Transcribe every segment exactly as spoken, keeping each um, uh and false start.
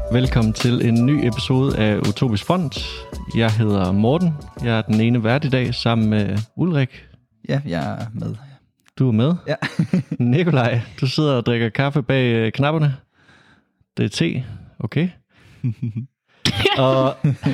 Velkommen til en ny episode af Utopisk Front. Jeg hedder Morten. Jeg er den ene vært i dag sammen med Ulrik. Ja, jeg er med. Du er med? Ja. Nikolaj, du sidder og drikker kaffe bag knapperne. Det er te. Okay. Og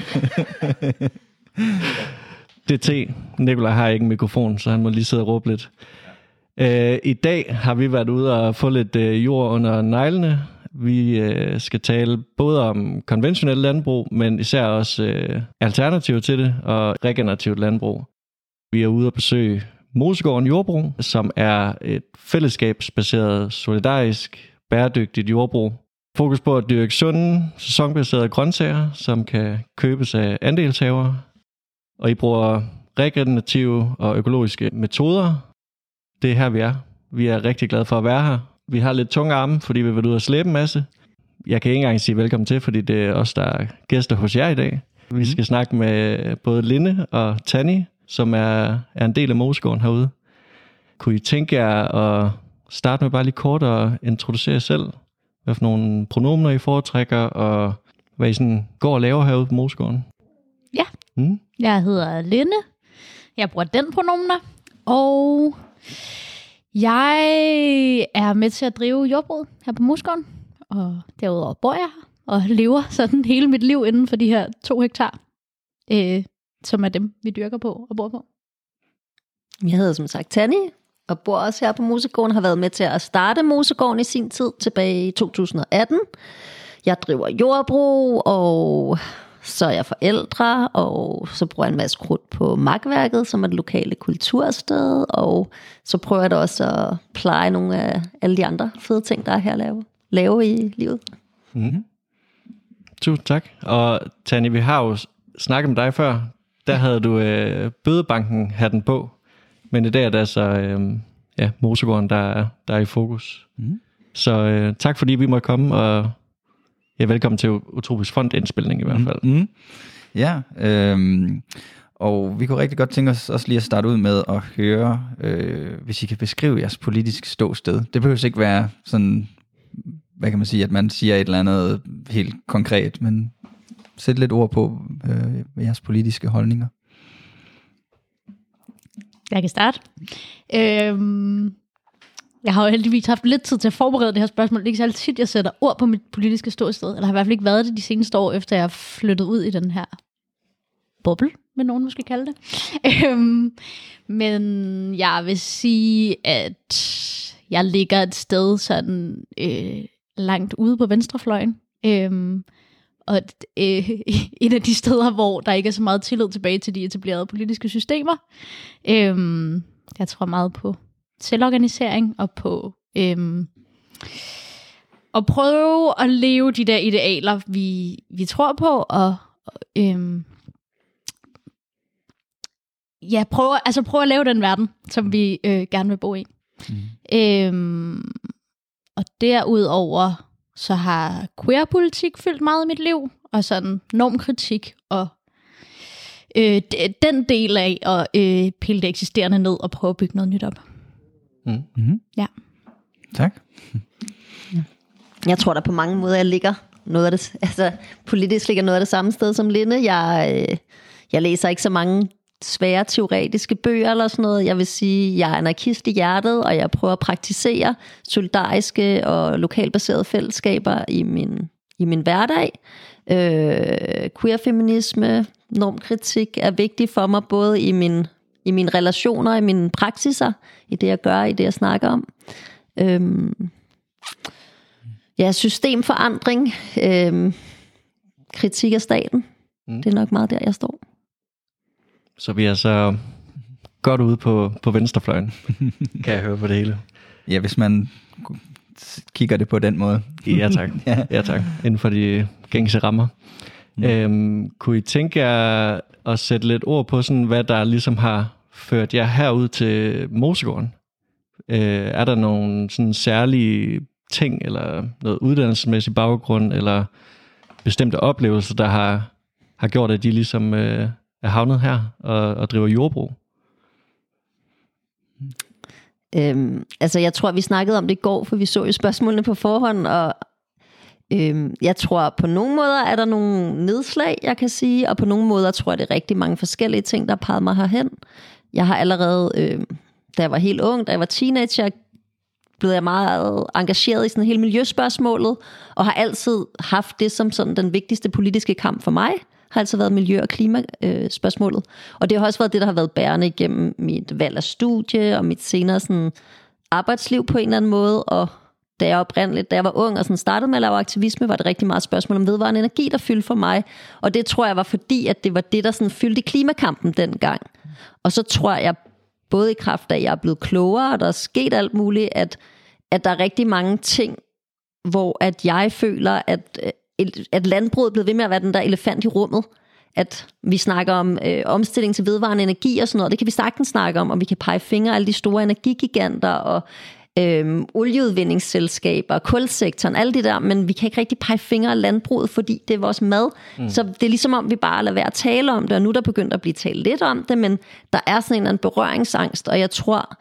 det er te. Nikolaj har ikke en mikrofon, så han må lige sidde og råbe lidt. Uh, I dag har vi været ude og få lidt uh, jord under neglene. Vi uh, skal tale både om konventionelt landbrug, men især også uh, alternativer til det og regenerativt landbrug. Vi er ude og besøge Mosegården Jordbrug, som er et fællesskabsbaseret, solidarisk, bæredygtigt jordbrug. Fokus på at dyrke sunde, sæsonbaserede grøntsager, som kan købes af andelshavere. Og I bruger regenerative og økologiske metoder. Det er her, vi er. Vi er rigtig glade for at være her. Vi har lidt tunge arme, fordi vi vil ud og slæbe en masse. Jeg kan ikke engang sige velkommen til, fordi det er os, der er gæster hos jer i dag. Vi skal snakke med både Linde og Tanni, som er, er en del af Mosegården herude. Kunne I tænke jer at starte med bare lige kort at introducere jer selv? Hvad for nogle pronomener I foretrækker, og hvad I sådan går og laver herude på Mosegården? Ja, mm. Jeg hedder Linde. Jeg bruger den pronomener. Og jeg er med til at drive jordbruget her på Mosegården. Og derudover bor jeg her og lever sådan hele mit liv inden for de her to hektar, øh, som er dem, vi dyrker på og bor på. Jeg hedder som sagt Tanni, og bor også her på Mosegården. Har været med til at starte Mosegården i sin tid tilbage i to tusind og atten. Jeg driver jordbrug, og så er jeg forældre, og så bruger jeg en masse krudt på Magtværket, som er det lokale kultursted, og så prøver jeg da også at pleje nogle af alle de andre fede ting, der er her at lave, lave i livet. Mm-hmm. Tusind tak. Og Tanni, vi har jo snakket med dig før. Der havde du øh, bødebanken hatten på, men i dag er det altså øh, ja, Mosegården, der er, der er i fokus. Mm. Så øh, tak fordi vi måtte komme, og ja, velkommen til Utopisk Front indspilning i hvert fald. Mm. Mm. Ja, øhm, og vi kunne rigtig godt tænke os også lige at starte ud med at høre, øh, hvis I kan beskrive jeres politiske ståsted. Det behøver ikke være sådan, hvad kan man sige, at man siger et eller andet helt konkret, men sæt lidt ord på øh, jeres politiske holdninger. Jeg kan starte. Øhm, jeg har jo heldigvis haft lidt tid til at forberede det her spørgsmål. Det er ikke så altid, jeg sætter ord på mit politiske ståsted, eller har i hvert fald ikke været det de seneste år, efter jeg er flyttet ud i den her boble, vil nogen måske kalde det. Øhm, men jeg vil sige, at jeg ligger et sted sådan øh, langt ude på venstrefløjen. Øhm, og øh, et af de steder, hvor der ikke er så meget tillid tilbage til de etablerede politiske systemer. Øhm, jeg tror meget på selvorganisering og på øhm, at prøve at leve de der idealer, vi, vi tror på, og øhm, ja, prøve, altså prøve at lave den verden, som vi øh, gerne vil bo i. Mm. Øhm, og derudover så har queer-politik fyldt meget i mit liv, og sådan normkritik, og øh, den del af at øh, pille det eksisterende ned og prøve at bygge noget nyt op. Mm. Mm. Ja. Tak. Jeg tror, der på mange måder jeg ligger noget af det, altså politisk ligger noget af det samme sted som Linde. Jeg, øh, jeg læser ikke så mange svære teoretiske bøger eller sådan noget. Jeg vil sige, jeg er anarkist i hjertet, og jeg prøver at praktisere solidariske og lokalbaserede fællesskaber i min, i min hverdag. Øh, queer-feminisme, normkritik er vigtig for mig, både i, min, i mine relationer, i mine praksiser, i det jeg gør, i det jeg snakker om. Øh, ja, systemforandring, øh, kritik af staten. Mm. Det er nok meget der, jeg står. Så vi er så godt ude på, på venstrefløjen, kan jeg høre på det hele. Ja, hvis man kigger det på den måde. Ja tak, ja, tak. Inden for de gængse rammer. Mm. Øhm, kunne I tænke jer at sætte lidt ord på, sådan, hvad der ligesom har ført jer herud til Mosegården? Øh, er der nogle sådan særlige ting, eller noget uddannelsesmæssig baggrund, eller bestemte oplevelser, der har, har gjort, at de ligesom øh, er havnet her og, og driver jordbrug? Øhm, altså jeg tror, vi snakkede om det i går, for vi så jo spørgsmålene på forhånd, og Øhm, jeg tror, på nogle måder er der nogle nedslag, jeg kan sige, og på nogle måder tror jeg, det er rigtig mange forskellige ting, der peger mig herhen. Jeg har allerede, øh, da jeg var helt ung, da jeg var teenager, blev jeg meget engageret i sådan hele miljøspørgsmålet, og har altid haft det som sådan den vigtigste politiske kamp for mig, har altid været miljø- og klimaspørgsmålet. Øh, og det har også været det, der har været bærende igennem mit valg af studie, og mit senere sådan, arbejdsliv på en eller anden måde, og da jeg oprindeligt, da jeg var ung og sådan startede med at lave aktivisme, var det rigtig meget spørgsmål om vedvarende energi, der fyldte for mig. Og det tror jeg var fordi, at det var det, der sådan fyldte i klimakampen dengang. Og så tror jeg, både i kraft af, at jeg er blevet klogere, og der er sket alt muligt, at, at der er rigtig mange ting, hvor at jeg føler, at, at landbruget er blevet ved med at være den der elefant i rummet. At vi snakker om øh, omstilling til vedvarende energi og sådan noget. Det kan vi sagtens snakke om, og vi kan pege fingre af alle de store energigiganter og Øhm, olieudvindingsselskaber, kulsektoren, alle det der, men vi kan ikke rigtig pege fingre af landbruget, fordi det er vores mad. Mm. Så det er ligesom om, vi bare lader være at tale om det, og nu er der begyndt at blive talt lidt om det, men der er sådan en eller anden berøringsangst, og jeg tror,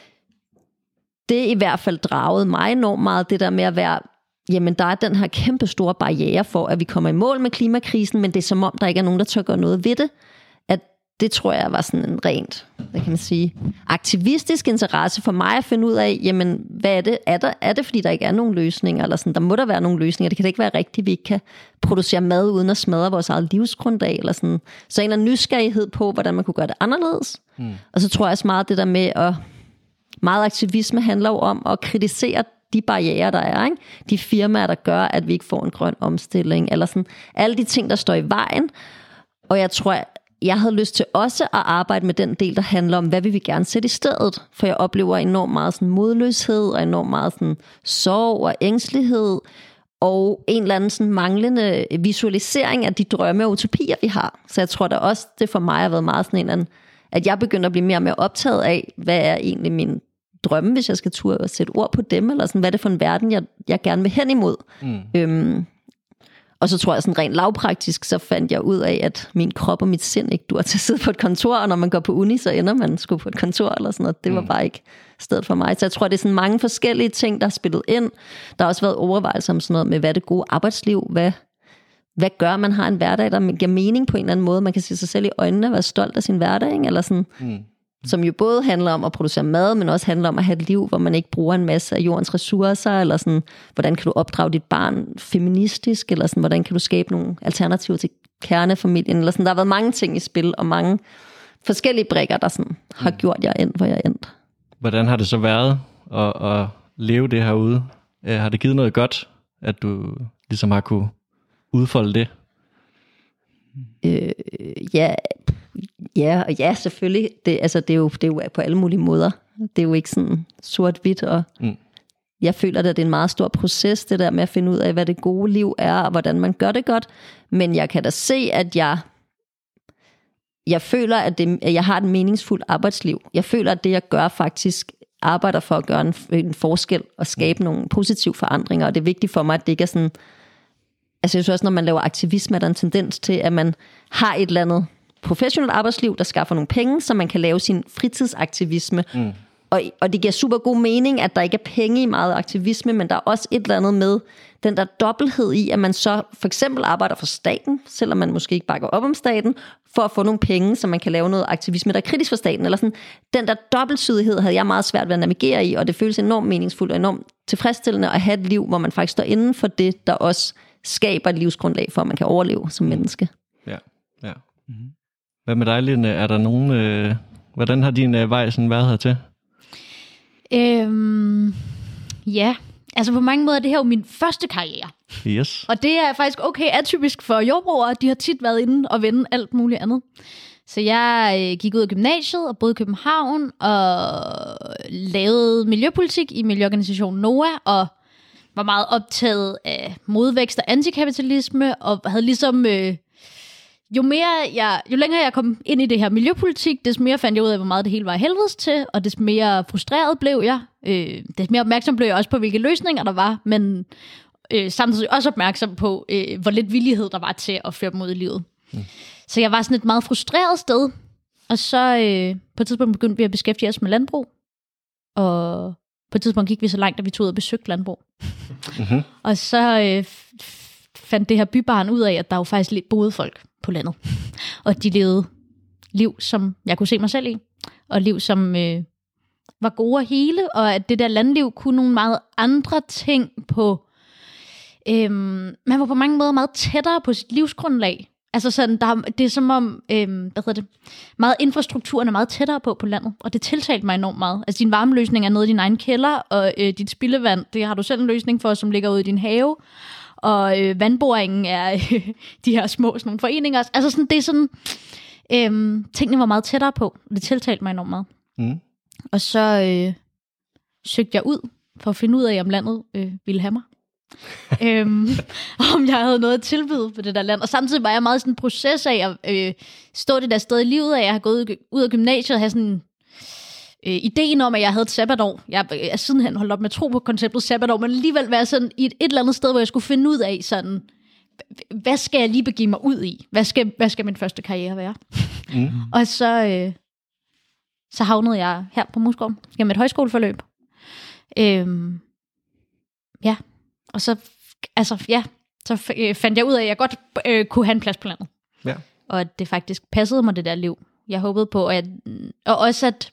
det i hvert fald dragede mig enormt meget, det der med at være, jamen der er den her kæmpe store barriere for, at vi kommer i mål med klimakrisen, men det er som om, der ikke er nogen, der tør gøre noget ved det. Det tror jeg var sådan en rent, hvad kan man sige, aktivistisk interesse for mig at finde ud af, jamen, hvad er det? Er, der, er det, fordi der ikke er nogen løsninger? Eller sådan, der må der være nogle løsninger. Det kan da ikke være rigtigt, at vi ikke kan producere mad uden at smadre vores eget livsgrundlag. Eller sådan. Så en eller anden nysgerrighed på, hvordan man kunne gøre det anderledes. Mm. Og så tror jeg også meget det der med, at meget aktivisme handler jo om at kritisere de barrierer, der er. Ikke? De firmaer, der gør, at vi ikke får en grøn omstilling. Eller sådan. Alle de ting, der står i vejen. Og jeg tror, jeg havde lyst til også at arbejde med den del, der handler om, hvad vi vil gerne sætte i stedet. For jeg oplever enormt meget sådan modløshed, og enormt meget sådan sorg og ængstelighed, og en eller anden sådan manglende visualisering af de drømme og utopier, vi har. Så jeg tror da også, det for mig har været meget sådan en eller anden, at jeg begynder at blive mere og mere optaget af, hvad er egentlig min drømme, hvis jeg skal turde at sætte ord på dem, eller sådan, hvad er det for en verden, jeg, jeg gerne vil hen imod. Mm. Øhm, Og så tror jeg sådan rent lavpraktisk, så fandt jeg ud af, at min krop og mit sind ikke dur til at sidde på et kontor, og når man går på uni, så ender man sgu på et kontor eller sådan noget. Det var bare ikke stedet for mig. Så jeg tror, det er sådan mange forskellige ting, der har spillet ind. Der har også været overvejelser om sådan noget med, hvad er det gode arbejdsliv? Hvad, hvad gør man har en hverdag, der giver mening på en eller anden måde? Man kan se sig selv i øjnene og være stolt af sin hverdag, ikke? Eller sådan. Mm. Som jo både handler om at producere mad, men også handler om at have et liv, hvor man ikke bruger en masse af jordens ressourcer, eller sådan, hvordan kan du opdrage dit barn feministisk, eller sådan, hvordan kan du skabe nogle alternativer til kernefamilien, eller sådan. Der har været mange ting i spil, og mange forskellige brikker, der sådan, har gjort jer ind, hvor jeg endte. Hvordan har det så været at, at leve det herude? Har det givet noget godt, at du ligesom har kunne udfolde det? Øh, ja, ja, og ja, selvfølgelig. Det, altså, det, er jo, det er jo på alle mulige måder. Det er jo ikke sådan sort-hvidt, og mm. jeg føler, at det er en meget stor proces, det der med at finde ud af, hvad det gode liv er, og hvordan man gør det godt. Men jeg kan da se, at jeg, jeg føler, at, det, at jeg har et meningsfuldt arbejdsliv. Jeg føler, at det, jeg gør, faktisk arbejder for at gøre en, en forskel, og skabe mm. nogle positive forandringer, og det er vigtigt for mig, at det ikke er sådan. Altså jeg synes også, når man laver aktivisme, er der en tendens til, at man har et eller andet professionelt arbejdsliv, der skaffer nogle penge, så man kan lave sin fritidsaktivisme. Mm. Og, og det giver super god mening, at der ikke er penge i meget aktivisme, men der er også et eller andet med den der dobbelthed i, at man så for eksempel arbejder for staten, selvom man måske ikke bakker op om staten, for at få nogle penge, så man kan lave noget aktivisme, der er kritisk for staten. Eller sådan. Den der dobbeltsydighed havde jeg meget svært ved at navigere i, og det føles enormt meningsfuldt og enormt tilfredsstillende at have et liv, hvor man faktisk står inden for det, der også skaber et livsgrundlag for, at man kan overleve som menneske. Ja, ja. Mm-hmm. Hvad med dig, Line? Er der nogen, øh, hvordan har din øh, vej sådan været hertil? Øhm, ja, altså på mange måder er det her jo min første karriere. Yes. Og det er faktisk okay atypisk for jordbrugere. De har tit været inde og vende alt muligt andet. Så jeg øh, gik ud af gymnasiet og boede i København og lavede miljøpolitik i miljøorganisationen NOA og var meget optaget af modvækst og antikapitalisme og havde ligesom... Øh, Jo, mere jeg, jo længere jeg kom ind i det her miljøpolitik, des mere fandt jeg ud af, hvor meget det hele var helvedes til, og des mere frustreret blev jeg. Øh, des mere opmærksom blev jeg også på, hvilke løsninger der var, men øh, samtidig også opmærksom på, øh, hvor lidt villighed der var til at føre dem ud i livet. Mm. Så jeg var sådan et meget frustreret sted, og så øh, på et tidspunkt begyndte vi at beskæftige os med landbrug, og på et tidspunkt gik vi så langt, at vi tog ud og besøgte landbrug. Mm-hmm. Og så øh, fandt det her bybarn ud af, at der jo faktisk lidt boede folk på landet. Og de levede liv, som jeg kunne se mig selv i. Og liv, som øh, var gode og hele. Og at det der landliv kunne nogle meget andre ting på... Øh, man var på mange måder meget tættere på sit livsgrundlag. Altså sådan, der, det er som om, øhm, hvad hedder det, meget infrastrukturen er meget tættere på på landet, og det tiltalte mig enormt meget. Altså din varmeløsning er nede i din egen kælder, og øh, dit spildevand, det har du selv en løsning for, som ligger ude i din have, og øh, vandboringen er øh, de her små sådan nogle foreninger. Altså sådan, det er sådan, øh, tingene var meget tættere på, og det tiltalte mig enormt meget. Mm. Og så øh, søgte jeg ud, for at finde ud af, om landet øh, ville have mig. øhm, om jeg havde noget at tilbyde på det der land. Og samtidig var jeg meget sådan en proces af at øh, stå det der sted i livet af. Jeg har gået ud af gymnasiet og have sådan øh, ideen om, at jeg havde et sabbatår. Jeg er sidenhen holdt op med at tro på konceptet sabbatår, men alligevel være sådan i et, et eller andet sted, hvor jeg skulle finde ud af sådan, hvad skal jeg lige begive mig ud i? Hvad skal, hvad skal min første karriere være? Mm. Og så, øh, så havnede jeg her på Moesgaard gennem et højskoleforløb. Øhm, ja, og så, altså, ja, så fandt jeg ud af, at jeg godt øh, kunne have en plads på landet. Ja. Og at det faktisk passede mig, det der liv, jeg håbede på. Og, jeg, og også, at,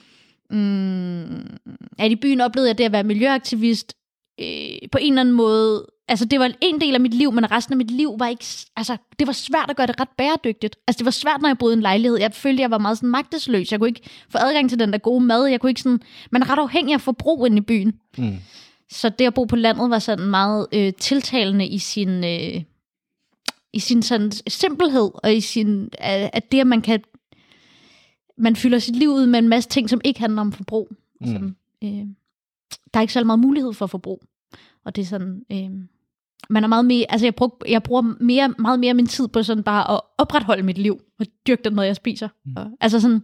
mm, at i byen oplevede jeg det at være miljøaktivist øh, på en eller anden måde. Altså, det var en del af mit liv, men resten af mit liv var ikke... Altså, det var svært at gøre det ret bæredygtigt. Altså, det var svært, når jeg boede i en lejlighed. Jeg følte, jeg var meget sådan magtesløs. Jeg kunne ikke få adgang til den der gode mad. Jeg kunne ikke sådan... Man er ret afhængig af forbrug inde i byen. Mm. Så det at bo på landet var sådan meget øh, tiltalende i sin, øh, i sin sådan simpelhed, og i sin, at, at det, at man kan, man fylder sit liv ud med en masse ting, som ikke handler om forbrug. Mm. Som, øh, der er ikke så meget mulighed for forbrug. Og det er sådan, øh, man er meget mere, altså jeg bruger, jeg bruger mere, meget mere min tid på sådan bare at opretholde mit liv, og dyrke den noget, jeg spiser. Mm. Og, altså sådan,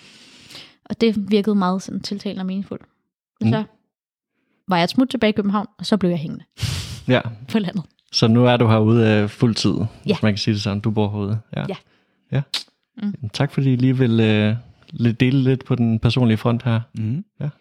og det virkede meget sådan tiltalende og meningsfuldt. Mm. Så var jeg et smut tilbage i København, og så blev jeg hængende ja. På landet. Så nu er du herude øh, fuldtid, ja. Hvis man kan sige det sådan. Du bor herude. Ja. Ja. ja. Mm. Tak fordi I lige vil øh, dele lidt på den personlige front her. Mm. Ja.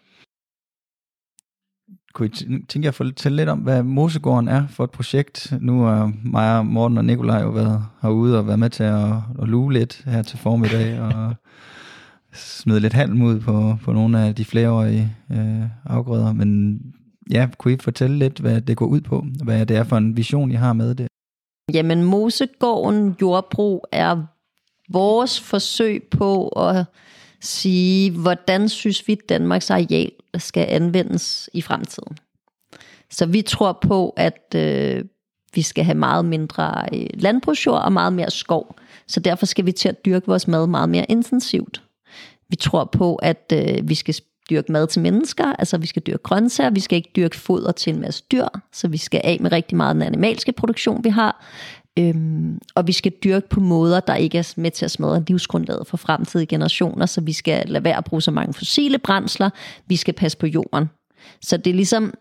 Kunne I t- tænke jer at fortælle lidt om, hvad Moesegården er for et projekt? Nu har mig, Morten og Nikolaj jo været herude og været med til at, at luge lidt her til formiddag, og smide lidt halm ud på, på nogle af de flereårige øh, afgrøder. Men ja, kunne I fortælle lidt, hvad det går ud på? Hvad det er for en vision, I har med det? Jamen, Moesegården jordbrug er vores forsøg på at sige, hvordan synes vi, Danmarks areal skal anvendes i fremtiden. Så vi tror på, at øh, vi skal have meget mindre øh, landbrugsjord og meget mere skov. Så derfor skal vi til at dyrke vores mad meget mere intensivt. Vi tror på, at øh, vi skal dyrke mad til mennesker, altså vi skal dyrke grøntsager, vi skal ikke dyrke foder til en masse dyr, så vi skal af med rigtig meget af den animalske produktion, vi har. Øhm, og vi skal dyrke på måder, der ikke er med til at smadre livsgrundlaget for fremtidige generationer, så vi skal lade være at bruge så mange fossile brændsler, vi skal passe på jorden. Så det er ligesom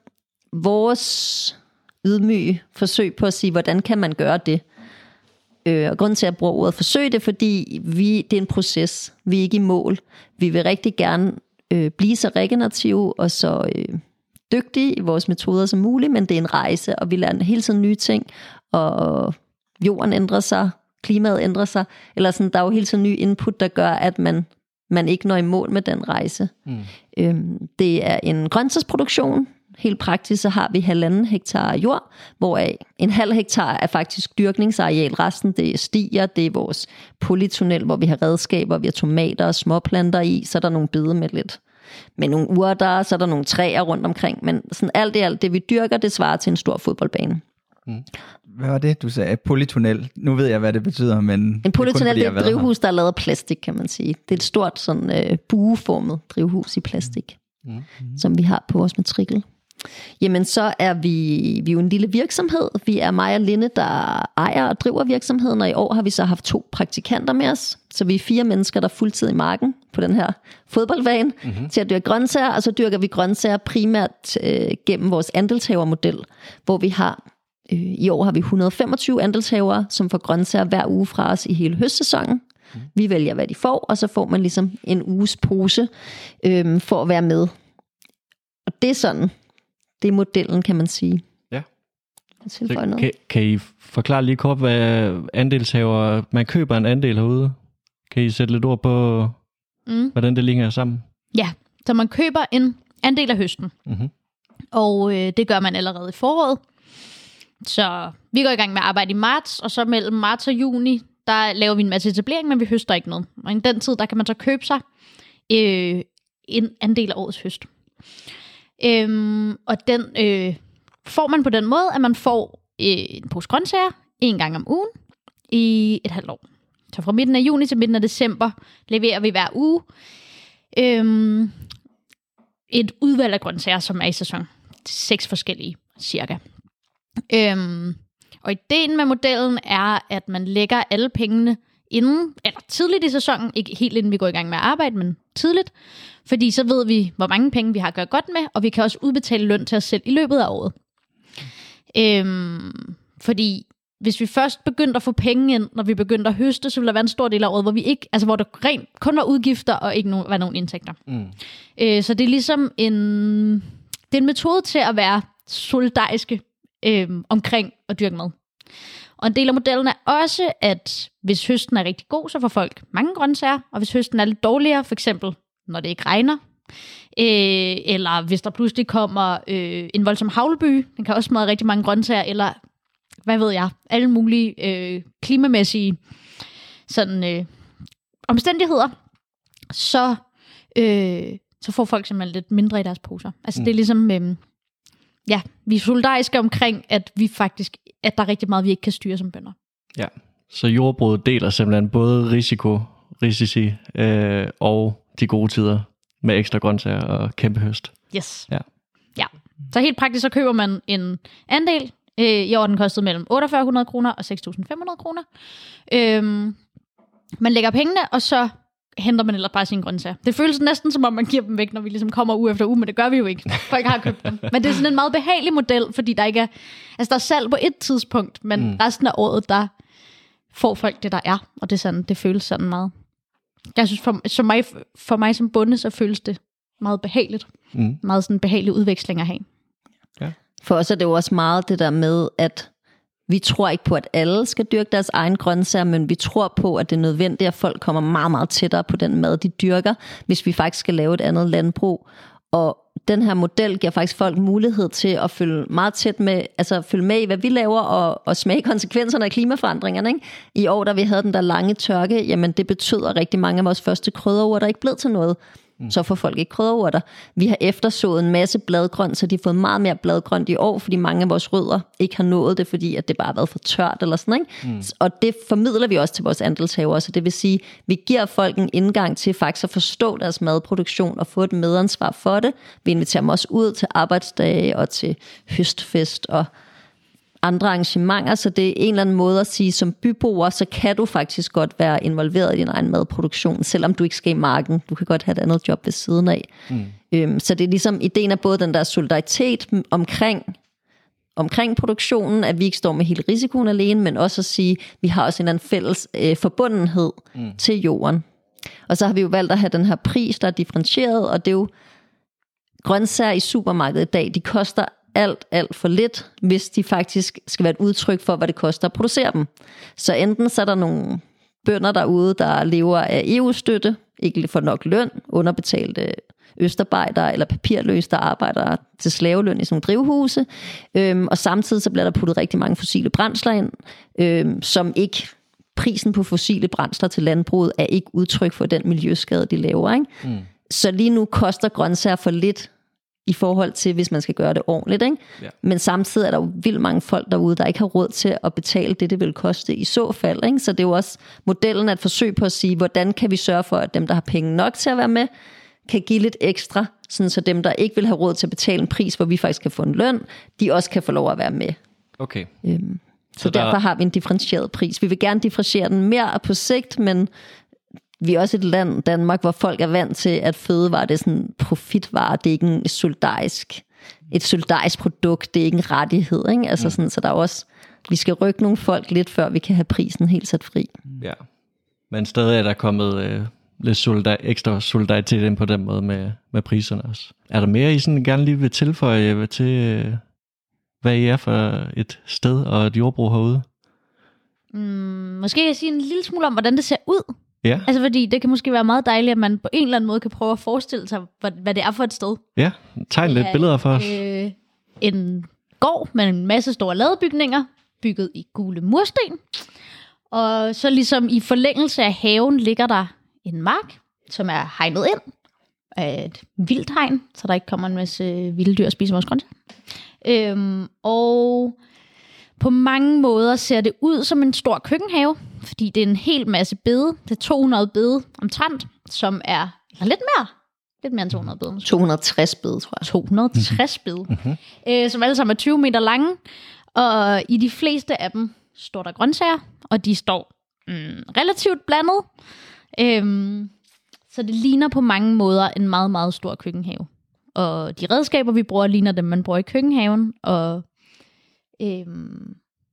vores ydmyge forsøg på at sige, hvordan kan man gøre det? Øh, og grunden til at bruge ordet forsøg, det er, fordi vi, det er en proces. Vi er ikke i mål. Vi vil rigtig gerne øh, blive så regenerative og så øh, dygtige i vores metoder som muligt, men det er en rejse, og vi lærer hele tiden nye ting, og jorden ændrer sig, klimaet ændrer sig, eller sådan, der er jo hele tiden nye input, der gør, at man, man ikke når i mål med den rejse. Mm. Øhm, det er en grøntsagsproduktion. Helt praktisk, så har vi halvanden hektar jord, hvoraf en halv hektar er faktisk dyrkningsareal. Resten, det er stier, det er vores polytunnel, hvor vi har redskaber, vi har tomater og småplanter i, så er der nogle bede med lidt med nogle urter, så er der nogle træer rundt omkring, men sådan alt i alt, det vi dyrker, det svarer til en stor fodboldbane. Mm. Hvad var det, du sagde? Polytunnel. Nu ved jeg, hvad det betyder, men... En polytunnel, det er et drivhus, der er lavet af plastik, kan man sige. Det er et stort, sådan øh, bueformet drivhus i plastik, mm. Mm. som vi har på vores matrikel. Jamen, så er vi, vi er jo en lille virksomhed. Vi er mig og Linde, der ejer og driver virksomheden, og i år har vi så haft to praktikanter med os. Så vi er fire mennesker, der er fuldtid i marken på den her fodboldbane mm-hmm. til at dyrke grøntsager, og så dyrker vi grøntsager primært øh, gennem vores andelshavermodel, hvor vi har øh, i år har vi et hundrede og femogtyve andelshavere, som får grøntsager hver uge fra os i hele høstsæsonen. Mm. Vi vælger, hvad de får, og så får man ligesom en uges pose øh, for at være med. Og det er sådan, det er modellen, kan man sige. Ja. Så kan, kan I forklare lige kort, hvad andelshaver, man køber en andel herude? Kan I sætte lidt ord på, mm. hvordan det ligger sammen? Ja, så man køber en andel af høsten. Mm-hmm. Og øh, det gør man allerede i foråret. Så vi går i gang med at arbejde i marts, og så mellem marts og juni, der laver vi en masse etablering, men vi høster ikke noget. Og i den tid, der kan man så købe sig øh, en andel af årets høst. Øhm, og den øh, får man på den måde, at man får øh, en pose grøntsager en gang om ugen i et halvt år. Så fra midten af juni til midten af december leverer vi hver uge øhm, et udvalg af grøntsager, som er i sæson. Seks forskellige, cirka. Øhm, og ideen med modellen er, at man lægger alle pengene inden, eller tidligt i sæsonen, ikke helt inden vi går i gang med at arbejde, men tidligt, fordi så ved vi, hvor mange penge vi har at gøre godt med, og vi kan også udbetale løn til os selv i løbet af året. Øhm, fordi hvis vi først begyndte at få penge ind, når vi begyndte at høste, så ville der være en stor del af året, hvor vi ikke, altså hvor der rent kun var udgifter og ikke no, var nogen indtægter. Mm. Øh, så det er ligesom en, det er en metode til at være solidariske øh, omkring at dyrke mad. Og en del af modellen er også, at hvis høsten er rigtig god, så får folk mange grøntsager, og hvis høsten er lidt dårligere, for eksempel når det ikke regner, øh, eller hvis der pludselig kommer øh, en voldsom haglby, den kan også smadre rigtig mange grøntsager, eller hvad ved jeg, alle mulige øh, klimamæssige sådan, øh, omstændigheder, så, øh, så får folk simpelthen lidt mindre i deres poser. Altså mm. det er ligesom, øh, ja, vi er solidariske omkring, at vi faktisk, at der er rigtig meget, vi ikke kan styre som bønder. Ja, så jordbruget deler simpelthen både risiko, risici øh, og de gode tider med ekstra grøntsager og kæmpe høst. Yes. Ja. Ja. Så helt praktisk, så køber man en andel. I år den kostede mellem otteogfyrre hundrede kroner og seks tusind fem hundrede kroner. Øhm, man lægger pengene, og så henter man ellers bare sine grøntsager. Det føles næsten som om, man giver dem væk, når vi ligesom kommer uge efter uge, men det gør vi jo ikke. Folk har købt dem. Men det er sådan en meget behagelig model, fordi der ikke er, altså der er salg på et tidspunkt, men mm. resten af året, der får folk det, der er. Og det, er sådan, det føles sådan meget. Jeg synes, for, for, mig, for mig som bonde, så føles det meget behageligt. Mm. Meget sådan en behagelig udveksling at have. Ja. For os er det jo også meget det der med, at vi tror ikke på, at alle skal dyrke deres egen grøntsager, men vi tror på, at det er nødvendigt, at folk kommer meget, meget tættere på den mad, de dyrker, hvis vi faktisk skal lave et andet landbrug. Og den her model giver faktisk folk mulighed til at følge meget tæt med, altså følge med i, hvad vi laver, og, og smage konsekvenserne af klimaforandringerne. Ikke? I år, da vi havde den der lange tørke, jamen det betød, at rigtig mange af vores første krydderurter ikke blev til noget. Mm. Så får folk ikke krydderurter. Vi har eftersået en masse bladgrønt, så de har fået meget mere bladgrønt i år, fordi mange af vores rødder ikke har nået det, fordi at det bare har været for tørt eller sådan, ikke? Mm. Og det formidler vi også til vores andelshavere, så det vil sige, vi giver folk en indgang til faktisk at forstå deres madproduktion og få et medansvar for det. Vi inviterer dem også ud til arbejdsdage og til høstfest og andre arrangementer, så det er en eller anden måde at sige, som byboer, så kan du faktisk godt være involveret i din egen madproduktion, selvom du ikke skal i marken. Du kan godt have et andet job ved siden af. Mm. Øhm, så det er ligesom, ideen af både den der solidaritet omkring, omkring produktionen, at vi ikke står med hele risikoen alene, men også at sige, at vi har også en anden fælles øh, forbundenhed mm. til jorden. Og så har vi jo valgt at have den her pris, der er differentieret, og det er jo grøntsager i supermarkedet i dag, de koster alt, alt for lidt, hvis de faktisk skal være et udtryk for, hvad det koster at producere dem. Så enten så er der nogle bønder derude, der lever af E U-støtte, ikke får nok løn, underbetalte østarbejdere eller papirløse, der arbejder til slaveløn i sådan nogle drivhuse, øhm, og samtidig så bliver der puttet rigtig mange fossile brændsler ind, øhm, som ikke, prisen på fossile brændsler til landbruget er ikke udtryk for den miljøskade, de laver. Ikke? Mm. Så lige nu koster grøntsager for lidt, i forhold til, hvis man skal gøre det ordentligt. Ikke? Ja. Men samtidig er der jo vildt mange folk derude, der ikke har råd til at betale det, det vil koste i så fald. Ikke? Så det er jo også modellen at forsøge på at sige, hvordan kan vi sørge for, at dem, der har penge nok til at være med, kan give lidt ekstra, sådan så dem, der ikke vil have råd til at betale en pris, hvor vi faktisk kan få en løn, de også kan få lov at være med. Okay. Øhm, så, så derfor der... har vi en differentieret pris. Vi vil gerne differentiere den mere på sigt, men vi er også et land, Danmark, hvor folk er vant til, at fødevare det er sådan profitvare, det er ikke en solidarisk, et solidarisk produkt, det er ikke en rettighed, ikke? Altså sådan, så der er også, vi skal rykke nogle folk lidt, før vi kan have prisen helt sat fri. Ja, men stadig er der kommet øh, lidt solidar- ekstra solidaritet ind på den måde med, med priserne også. Er der mere, I sådan gerne lige vil tilføje til, hvad I er for et sted og et jordbrug herude? Mm, måske kan jeg sige en lille smule om, hvordan det ser ud. Ja. Altså fordi det kan måske være meget dejligt, at man på en eller anden måde kan prøve at forestille sig, hvad, hvad det er for et sted. Ja, tegn lidt Ja, billeder for os. Øh, en gård med en masse store ladebygninger, bygget i gule mursten. Og så ligesom i forlængelse af haven ligger der en mark, som er hegnet ind af et vildt hegn, så der ikke kommer en masse vilde dyr og spiser vores grøntsager. Øhm, og på mange måder ser det ud som en stor køkkenhave, fordi det er en hel masse bede. Det er to hundrede bede omtrent, som er eller lidt mere. Lidt mere end to hundrede bede. Måske. to hundrede og tres bede, tror jeg. to hundrede og tres bede, mm-hmm. øh, som alle sammen er tyve meter lange. Og i de fleste af dem står der grøntsager, og de står mm, relativt blandet. Øhm, så det ligner på mange måder en meget, meget stor køkkenhave. Og de redskaber, vi bruger, ligner dem, man bruger i køkkenhaven. Og øhm,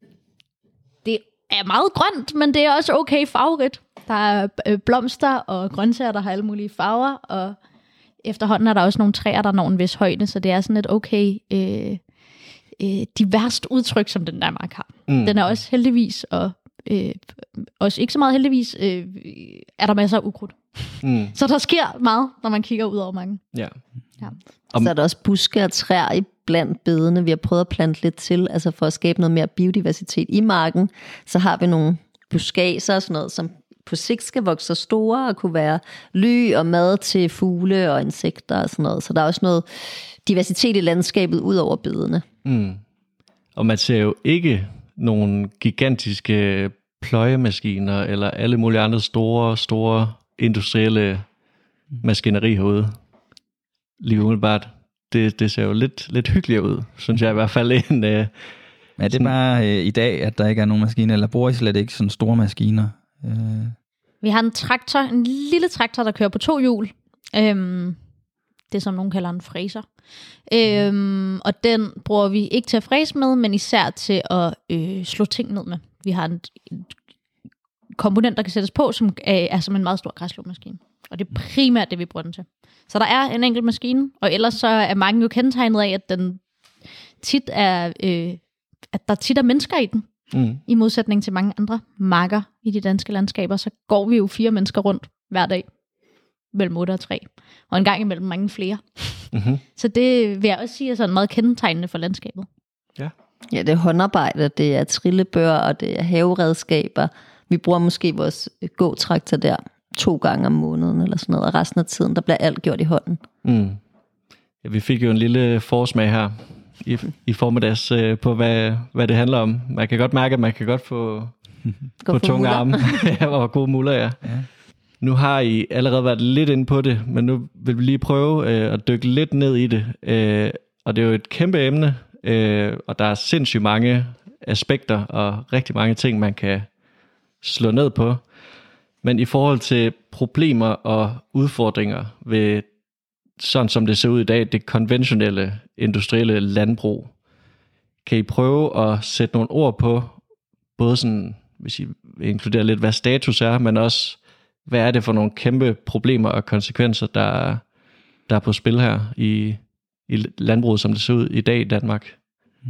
det er meget grønt, men det er også okay farverigt. Der er øh, blomster og grøntsager, der har alle mulige farver, og efterhånden er der også nogle træer, der når en vis højde, så det er sådan et okay øh, øh, diverst udtryk, som den der mark har. Mm. Den er også heldigvis, og øh, også ikke så meget heldigvis, øh, er der masser af ukrudt. Mm. Så der sker meget, når man kigger ud over mange. Ja. Ja. Om... Så er der også buske og træer i blandt bedene. Vi har prøvet at plante lidt til, altså for at skabe noget mere biodiversitet i marken. Så har vi nogle buskager og sådan noget, som på sigt skal vokse så store og kunne være ly og mad til fugle og insekter og sådan noget. Så der er også noget diversitet i landskabet ud over bedene. Mm. Og man ser jo ikke nogle gigantiske pløjemaskiner eller alle mulige andre store, store industrielle maskineri herude. Lige umiddelbart. Det, det ser jo lidt, lidt hyggeligere ud, synes jeg i hvert fald. En, øh, ja, det er bare øh, i dag, at der ikke er nogen maskiner, eller bruger I slet ikke sådan store maskiner? Øh. Vi har en traktor, en lille traktor, der kører på to hjul. Øhm, det som nogen kalder en fræser. Øhm, og den bruger vi ikke til at fræse med, men især til at øh, slå ting ned med. Vi har en, en komponent, der kan sættes på, som er, er som en meget stor græsslåmaskine. Og det er primært det, vi bruger den til. Så der er en enkelt maskine, og ellers så er mange jo kendetegnet af, at den tit er, øh, at der tit er mennesker i den. Mm. I modsætning til mange andre marker i de danske landskaber, så går vi jo fire mennesker rundt hver dag, mellem otte og tre, og en gang imellem mange flere. Mm-hmm. Så det vil jeg også sige er sådan meget kendetegnende for landskabet. Ja, ja, det er håndarbejde, det er trillebør, og det er haveredskaber. Vi bruger måske vores gåtraktor der to gange om måneden eller sådan noget, og resten af tiden, der bliver alt gjort i hånden. Mm. Ja, vi fik jo en lille forsmag her i, i formiddags øh, på, hvad, hvad det handler om. Man kan godt mærke, at man kan godt få, få tunge arme ja, og gode muller, ja. ja. Nu har I allerede været lidt inde på det, men nu vil vi lige prøve øh, at dykke lidt ned i det. Øh, og det er jo et kæmpe emne, øh, og der er sindssygt mange aspekter og rigtig mange ting, man kan slå ned på. Men i forhold til problemer og udfordringer ved, sådan som det ser ud i dag, det konventionelle industrielle landbrug, kan I prøve at sætte nogle ord på, både sådan, hvis I inkluderer lidt, hvad status er, men også, hvad er det for nogle kæmpe problemer og konsekvenser, der, der er på spil her i, i landbruget, som det ser ud i dag i Danmark? Mm.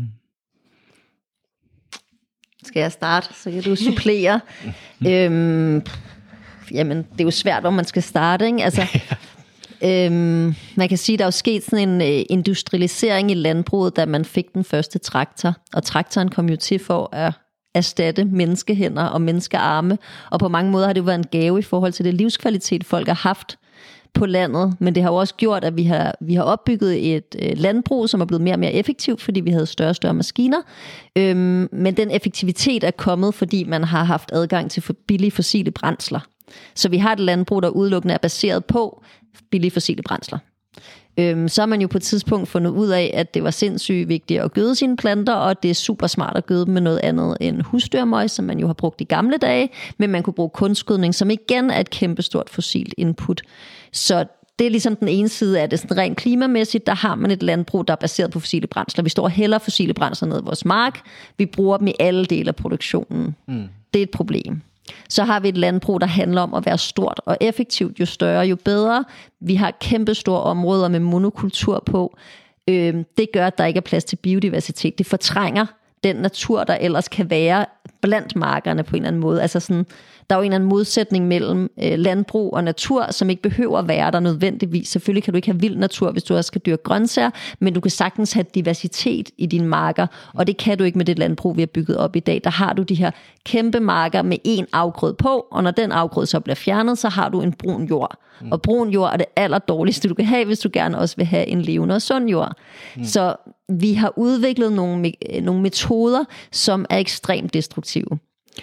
Skal jeg starte, så kan du supplere? øhm, jamen, det er jo svært, hvor man skal starte, ikke? Altså, øhm, man kan sige, at der er jo sket sådan en øh, industrialisering i landbruget, da man fik den første traktor, og traktoren kom jo til for at erstatte menneskehænder og menneskearme, og på mange måder har det jo været en gave i forhold til det livskvalitet, folk har haft på landet, men det har jo også gjort, at vi har, vi har opbygget et øh, landbrug, som er blevet mere og mere effektivt, fordi vi havde større og større maskiner. Øhm, men den effektivitet er kommet, fordi man har haft adgang til for billige fossile brændsler. Så vi har et landbrug, der udelukkende er baseret på billige fossile brændsler. Øhm, så har man jo på et tidspunkt fundet ud af, at det var sindssygt vigtigt at gøde sine planter, og det er super smart at gøde dem med noget andet end husdyrmøg, som man jo har brugt i gamle dage, men man kunne bruge kunstgødning, som igen er et kæmpestort fossilt input. Så det er ligesom den ene side af det, sådan rent klimamæssigt, der har man et landbrug, der er baseret på fossile brændsler. Vi står hellere fossile brændsler ned i vores mark, vi bruger dem i alle dele af produktionen. Mm. Det er et problem. Så har vi et landbrug, der handler om at være stort og effektivt. Jo større, jo bedre. Vi har kæmpe store områder med monokultur på. Øh, det gør, at der ikke er plads til biodiversitet. Det fortrænger den natur, der ellers kan være blandt markerne på en eller anden måde. Altså sådan, der er jo en eller anden modsætning mellem øh, landbrug og natur, som ikke behøver at være der nødvendigvis. Selvfølgelig kan du ikke have vild natur, hvis du også skal dyrke grøntsager, men du kan sagtens have diversitet i dine marker, og det kan du ikke med det landbrug, vi har bygget op i dag. Der har du de her kæmpe marker med én afgrøde på, og når den afgrøde så bliver fjernet, så har du en brun jord. Mm. Og brun jord er det allerdårligste, du kan have, hvis du gerne også vil have en levende og sund jord. Mm. Så vi har udviklet nogle, nogle metoder, som er ekstremt destruktive.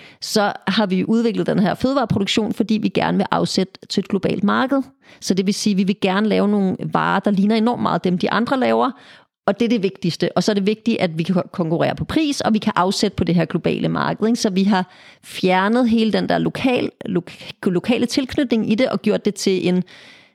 Så har vi udviklet den her fødevareproduktion, fordi vi gerne vil afsætte til et globalt marked. Så det vil sige, at vi vil gerne lave nogle varer, der ligner enormt meget dem, de andre laver, og det er det vigtigste. Og så er det vigtigt, at vi kan konkurrere på pris, og vi kan afsætte på det her globale marked. Ikke? Så vi har fjernet hele den der lokal, lo- lokale tilknytning i det, og gjort det til en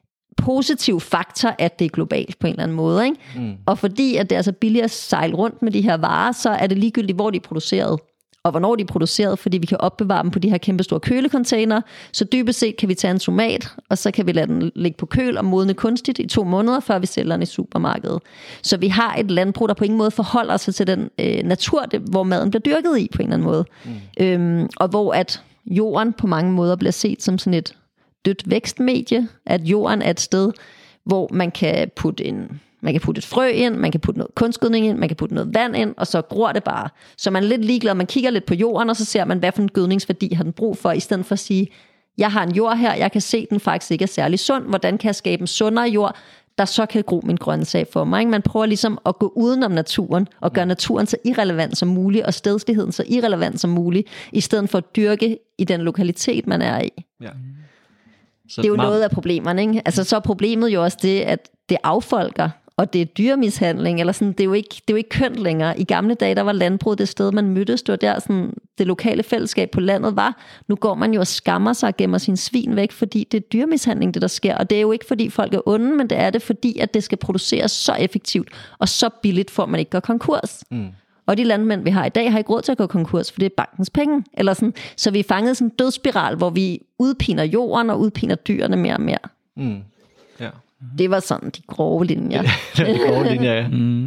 positiv faktor, at det er globalt på en eller anden måde. Ikke? Mm. Og fordi at det er så billigt at sejle rundt med de her varer, så er det ligegyldigt, hvor de er produceret. Og hvornår de er produceret, fordi vi kan opbevare dem på de her kæmpe store kølecontainer. Så dybest set kan vi tage en tomat, og så kan vi lade den ligge på køl og modne kunstigt i to måneder, før vi sælger den i supermarkedet. Så vi har et landbrug, der på ingen måde forholder sig til den øh, natur, det, hvor maden bliver dyrket i på en eller anden måde. Mm. Øhm, og hvor at jorden på mange måder bliver set som sådan et dødt vækstmedie, at jorden er et sted, hvor man kan putte en... Man kan putte et frø ind, man kan putte noget kunstgødning ind, man kan putte noget vand ind, og så gror det bare. Så man er lidt ligeglad, man kigger lidt på jorden, og så ser man, hvad for en gødningsværdi har den brug for, i stedet for at sige, jeg har en jord her, jeg kan se, at den faktisk ikke er særlig sund. Hvordan kan jeg skabe en sundere jord, der så kan gro min grøntsag for mig? Man prøver ligesom at gå udenom naturen, og gøre naturen så irrelevant som muligt, og stedsligheden så irrelevant som muligt, i stedet for at dyrke i den lokalitet, man er i. Ja. Så det er jo meget... noget af problemerne, ikke? Altså så er problemet jo også det, at det affolker, og det er dyremishandling, eller sådan, det er jo ikke, det er jo ikke kønt længere. I gamle dage, der var landbruget det sted, man mødtes, det var der sådan, det lokale fællesskab på landet var. Nu går man jo og skammer sig og gemmer sin svin væk, fordi det er dyremishandling, det der sker. Og det er jo ikke, fordi folk er onde, men det er det, fordi at det skal produceres så effektivt og så billigt, for at man ikke går konkurs. Mm. Og de landmænd, vi har i dag, har ikke råd til at gå konkurs, for det er bankens penge. Eller sådan. Så vi er fanget sådan en dødsspiral, hvor vi udpiner jorden og udpiner dyrene mere og mere. Mm. Ja. Det var sådan de grove linjer. Det var de grove linjer, ja. Mm.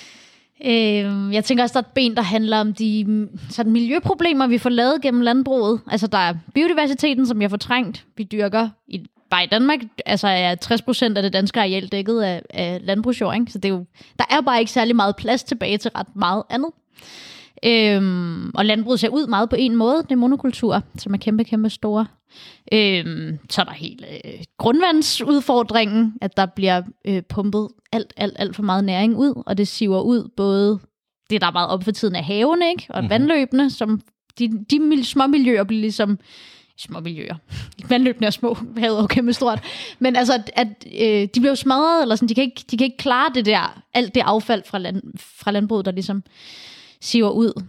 Øh, jeg tænker også, der er et ben, der handler om de sådan miljøproblemer, vi får lavet gennem landbruget. Altså, der er biodiversiteten, som vi har fortrængt. Vi dyrker i, bare i Danmark, altså er tres procent af det danske areal dækket af, af landbrugsjord, ikke? Så det er jo, der er bare ikke særlig meget plads tilbage til ret meget andet. Øhm, og landbruget ser ud meget på en måde. Det er monokultur, som er kæmpe, kæmpe store. Øhm, så er der hele øh, grundvandsudfordringen, at der bliver øh, pumpet alt, alt, alt for meget næring ud, og det siver ud både det, der er meget op for tiden af havene, ikke? Og mm-hmm. vandløbene, som de, de små miljøer bliver ligesom små miljøer. Vandløbene er små, havet er jo kæmpe stort. Men altså, at, at øh, de bliver jo smadret, eller sådan, de kan ikke, de kan ikke klare det der, alt det affald fra, land, fra landbruget, der ligesom siver ud.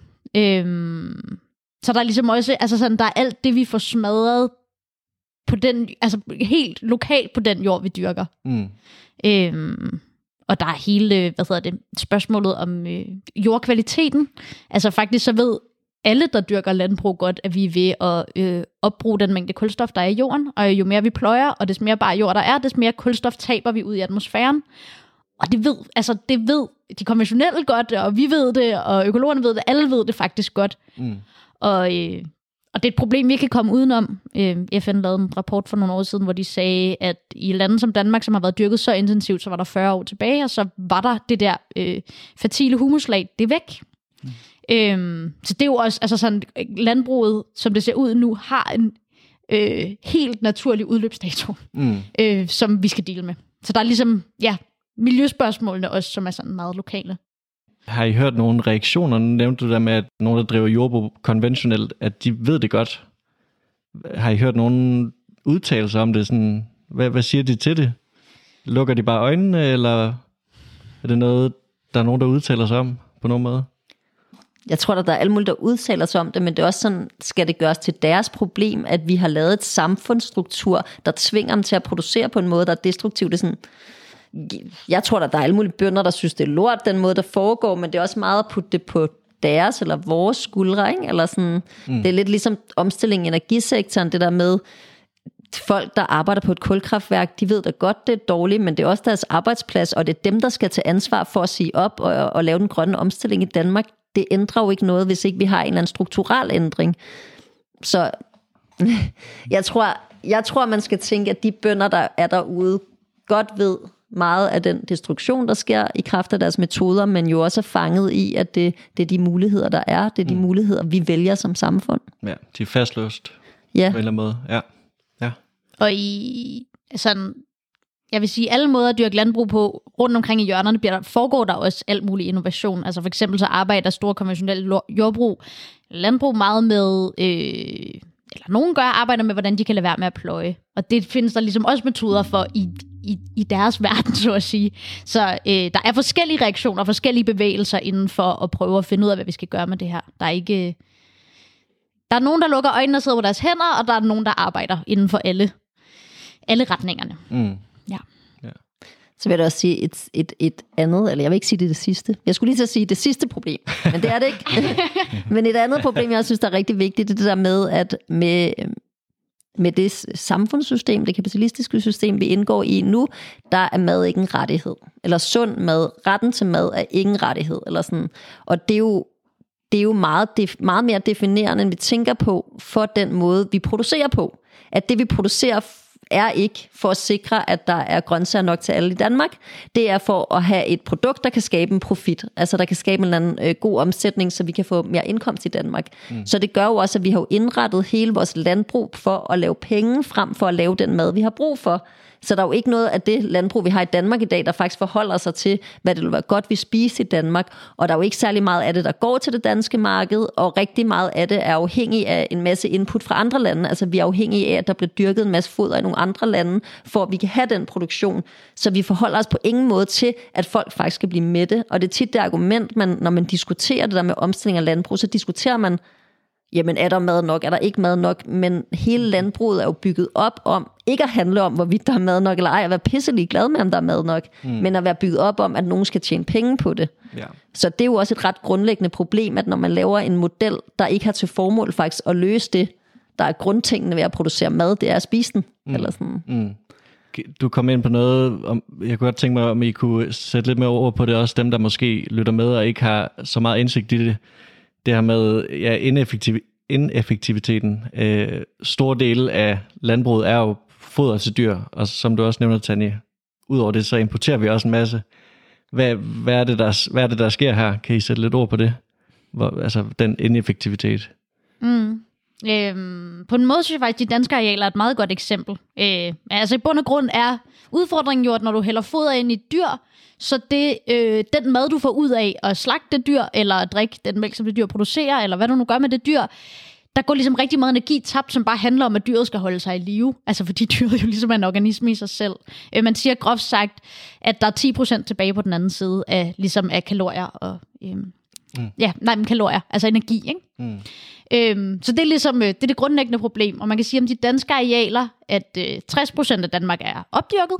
Øhm, så der er ligesom også, altså sådan, der er alt det, vi får smadret på den, altså helt lokalt på den jord, vi dyrker. Mm. Øhm, og der er hele, hvad hedder det, spørgsmålet om øh, jordkvaliteten. Altså faktisk så ved alle, der dyrker landbrug godt, at vi er ved at øh, opbruge den mængde kulstof, der er i jorden. Og jo mere vi pløjer, og des mere bare jord der er, des mere kulstof taber vi ud i atmosfæren. Og det ved, altså det ved de konventionelle godt, og vi ved det, og økologerne ved det, alle ved det faktisk godt. Mm. Og, øh, og det er et problem, vi ikke kan komme udenom. Øh, F N lavede en rapport for nogle år siden, hvor de sagde, at i lande som Danmark, som har været dyrket så intensivt, så var der fyrre år tilbage, og så var der det der øh, fertile humuslag, det er væk. Mm. Øh, så det er jo også, altså sådan, landbruget, som det ser ud nu, har en øh, helt naturlig udløbsdato, mm. øh, som vi skal dele med. Så der er ligesom, ja, miljøspørgsmålene også, som er sådan meget lokale. Har I hørt nogle reaktioner? Nu nævnte du der med, at nogen, der driver jordbrug konventionelt, at de ved det godt. Har I hørt nogle udtalelser om det? Sådan, hvad, hvad siger de til det? Lukker de bare øjnene, eller er det noget, der er nogen, der udtaler sig om på nogen måde? Jeg tror, der er alle mulige, der udtaler sig om det, men det er også sådan, skal det gøres til deres problem, at vi har lavet et samfundsstruktur, der tvinger dem til at producere på en måde, der er destruktiv. Det er sådan, jeg tror, der er alle mulige bønder, der synes, det er lort, den måde, der foregår, men det er også meget at putte det på deres eller vores skuldre, ikke? Eller sådan, mm. det er lidt ligesom omstilling i energisektoren, det der med folk, der arbejder på et kulkraftværk, de ved da godt, det er dårligt, men det er også deres arbejdsplads, og det er dem, der skal tage ansvar for at sige op og, og lave den grønne omstilling i Danmark. Det ændrer jo ikke noget, hvis ikke vi har en eller anden strukturel ændring. Så jeg tror, jeg tror, man skal tænke, at de bønder, der er derude, godt ved meget af den destruktion, der sker i kraft af deres metoder, men jo også er fanget i, at det, det er de muligheder, der er. Det er de mm. muligheder, vi vælger som samfund. Ja, de er fastlåst ja. på en eller anden måde. Ja. Ja. Og i sådan, jeg vil sige, alle måder at dyrke landbrug på, rundt omkring i hjørnerne, bliver der, foregår der også alt mulig innovation. Altså for eksempel så arbejder store konventionelle jordbrug, landbrug meget med, øh, eller nogen gør arbejder med, hvordan de kan lade være med at pløje. Og det findes der ligesom også metoder for i, i, i deres verden, så at sige. Så øh, der er forskellige reaktioner, forskellige bevægelser inden for at prøve at finde ud af, hvad vi skal gøre med det her. Der er ikke... Øh, der er nogen, der lukker øjnene og sidder på deres hænder, og der er nogen, der arbejder inden for alle, alle retningerne. Mm. Ja. Ja. Så vil jeg også sige et, et, et andet, eller jeg vil ikke sige det det sidste. Jeg skulle lige til at sige det sidste problem, men det er det ikke. Men et andet problem, jeg synes, der er rigtig vigtigt, det er det der med, at med, med det samfundssystem, det kapitalistiske system, vi indgår i nu, der er mad ikke en rettighed. Eller sund mad, retten til mad er ingen rettighed. Eller sådan. Og det er jo Det er jo meget, meget mere definerende, end vi tænker på, for den måde, vi producerer på. At det, vi producerer, er ikke for at sikre, at der er grøntsager nok til alle i Danmark. Det er for at have et produkt, der kan skabe en profit. Altså, der kan skabe en eller anden øh, god omsætning, så vi kan få mere indkomst i Danmark. Mm. Så det gør jo også, at vi har indrettet hele vores landbrug for at lave penge, frem for at lave den mad, vi har brug for. Så der er jo ikke noget af det landbrug, vi har i Danmark i dag, der faktisk forholder sig til, hvad det vil være godt, vi spiser i Danmark. Og der er jo ikke særlig meget af det, der går til det danske marked, og rigtig meget af det er afhængig af en masse input fra andre lande. Altså vi er afhængige af, at der bliver dyrket en masse foder i nogle andre lande, for at vi kan have den produktion. Så vi forholder os på ingen måde til, at folk faktisk skal blive mætte. Og det er tit det argument, man, når man diskuterer det der med omstilling af landbrug, så diskuterer man, jamen er der mad nok, er der ikke mad nok, men hele landbruget er jo bygget op om, ikke at handle om, hvorvidt der er mad nok eller ej, at være pisselig glad med, om der er mad nok, mm. men at være bygget op om, at nogen skal tjene penge på det. Ja. Så det er jo også et ret grundlæggende problem, at når man laver en model, der ikke har til formål faktisk at løse det, der er grundtingene ved at producere mad, det er at spise den. Mm. Eller sådan. Mm. Du kom ind på noget, om, jeg kunne godt tænke mig, om I kunne sætte lidt mere ord på det, også dem, der måske lytter med og ikke har så meget indsigt i det. Det her med ja, ineffektiv, ineffektiviteten. Øh, store dele af landbruget er jo foder til dyr, og som du også nævner, Tanja, udover det, så importerer vi også en masse. Hvad, hvad, er det, der, hvad er det, der sker her? Kan I sætte lidt ord på det? Hvor, altså den ineffektivitet. Mm. Øhm, på en måde synes jeg faktisk, at de danske arealer er et meget godt eksempel. Øh, altså i bund og grund er udfordringen jo, at når du hælder foder ind i et dyr, så det, øh, den mad, du får ud af at slagte det dyr, eller at drikke den mælk, som det dyr producerer, eller hvad du nu gør med det dyr, der går ligesom rigtig meget energi tabt, som bare handler om, at dyret skal holde sig i live. Altså fordi dyret jo ligesom er en organisme i sig selv. Øh, man siger groft sagt, at der er ti procent tilbage på den anden side af, ligesom af kalorier og... Øh, Mm. Ja, nej, men kalorier, altså energi, ikke? Mm. Øhm, så det er ligesom det, er det grundlæggende problem. Og man kan sige om de danske arealer, at øh, tres procent af Danmark er opdyrket,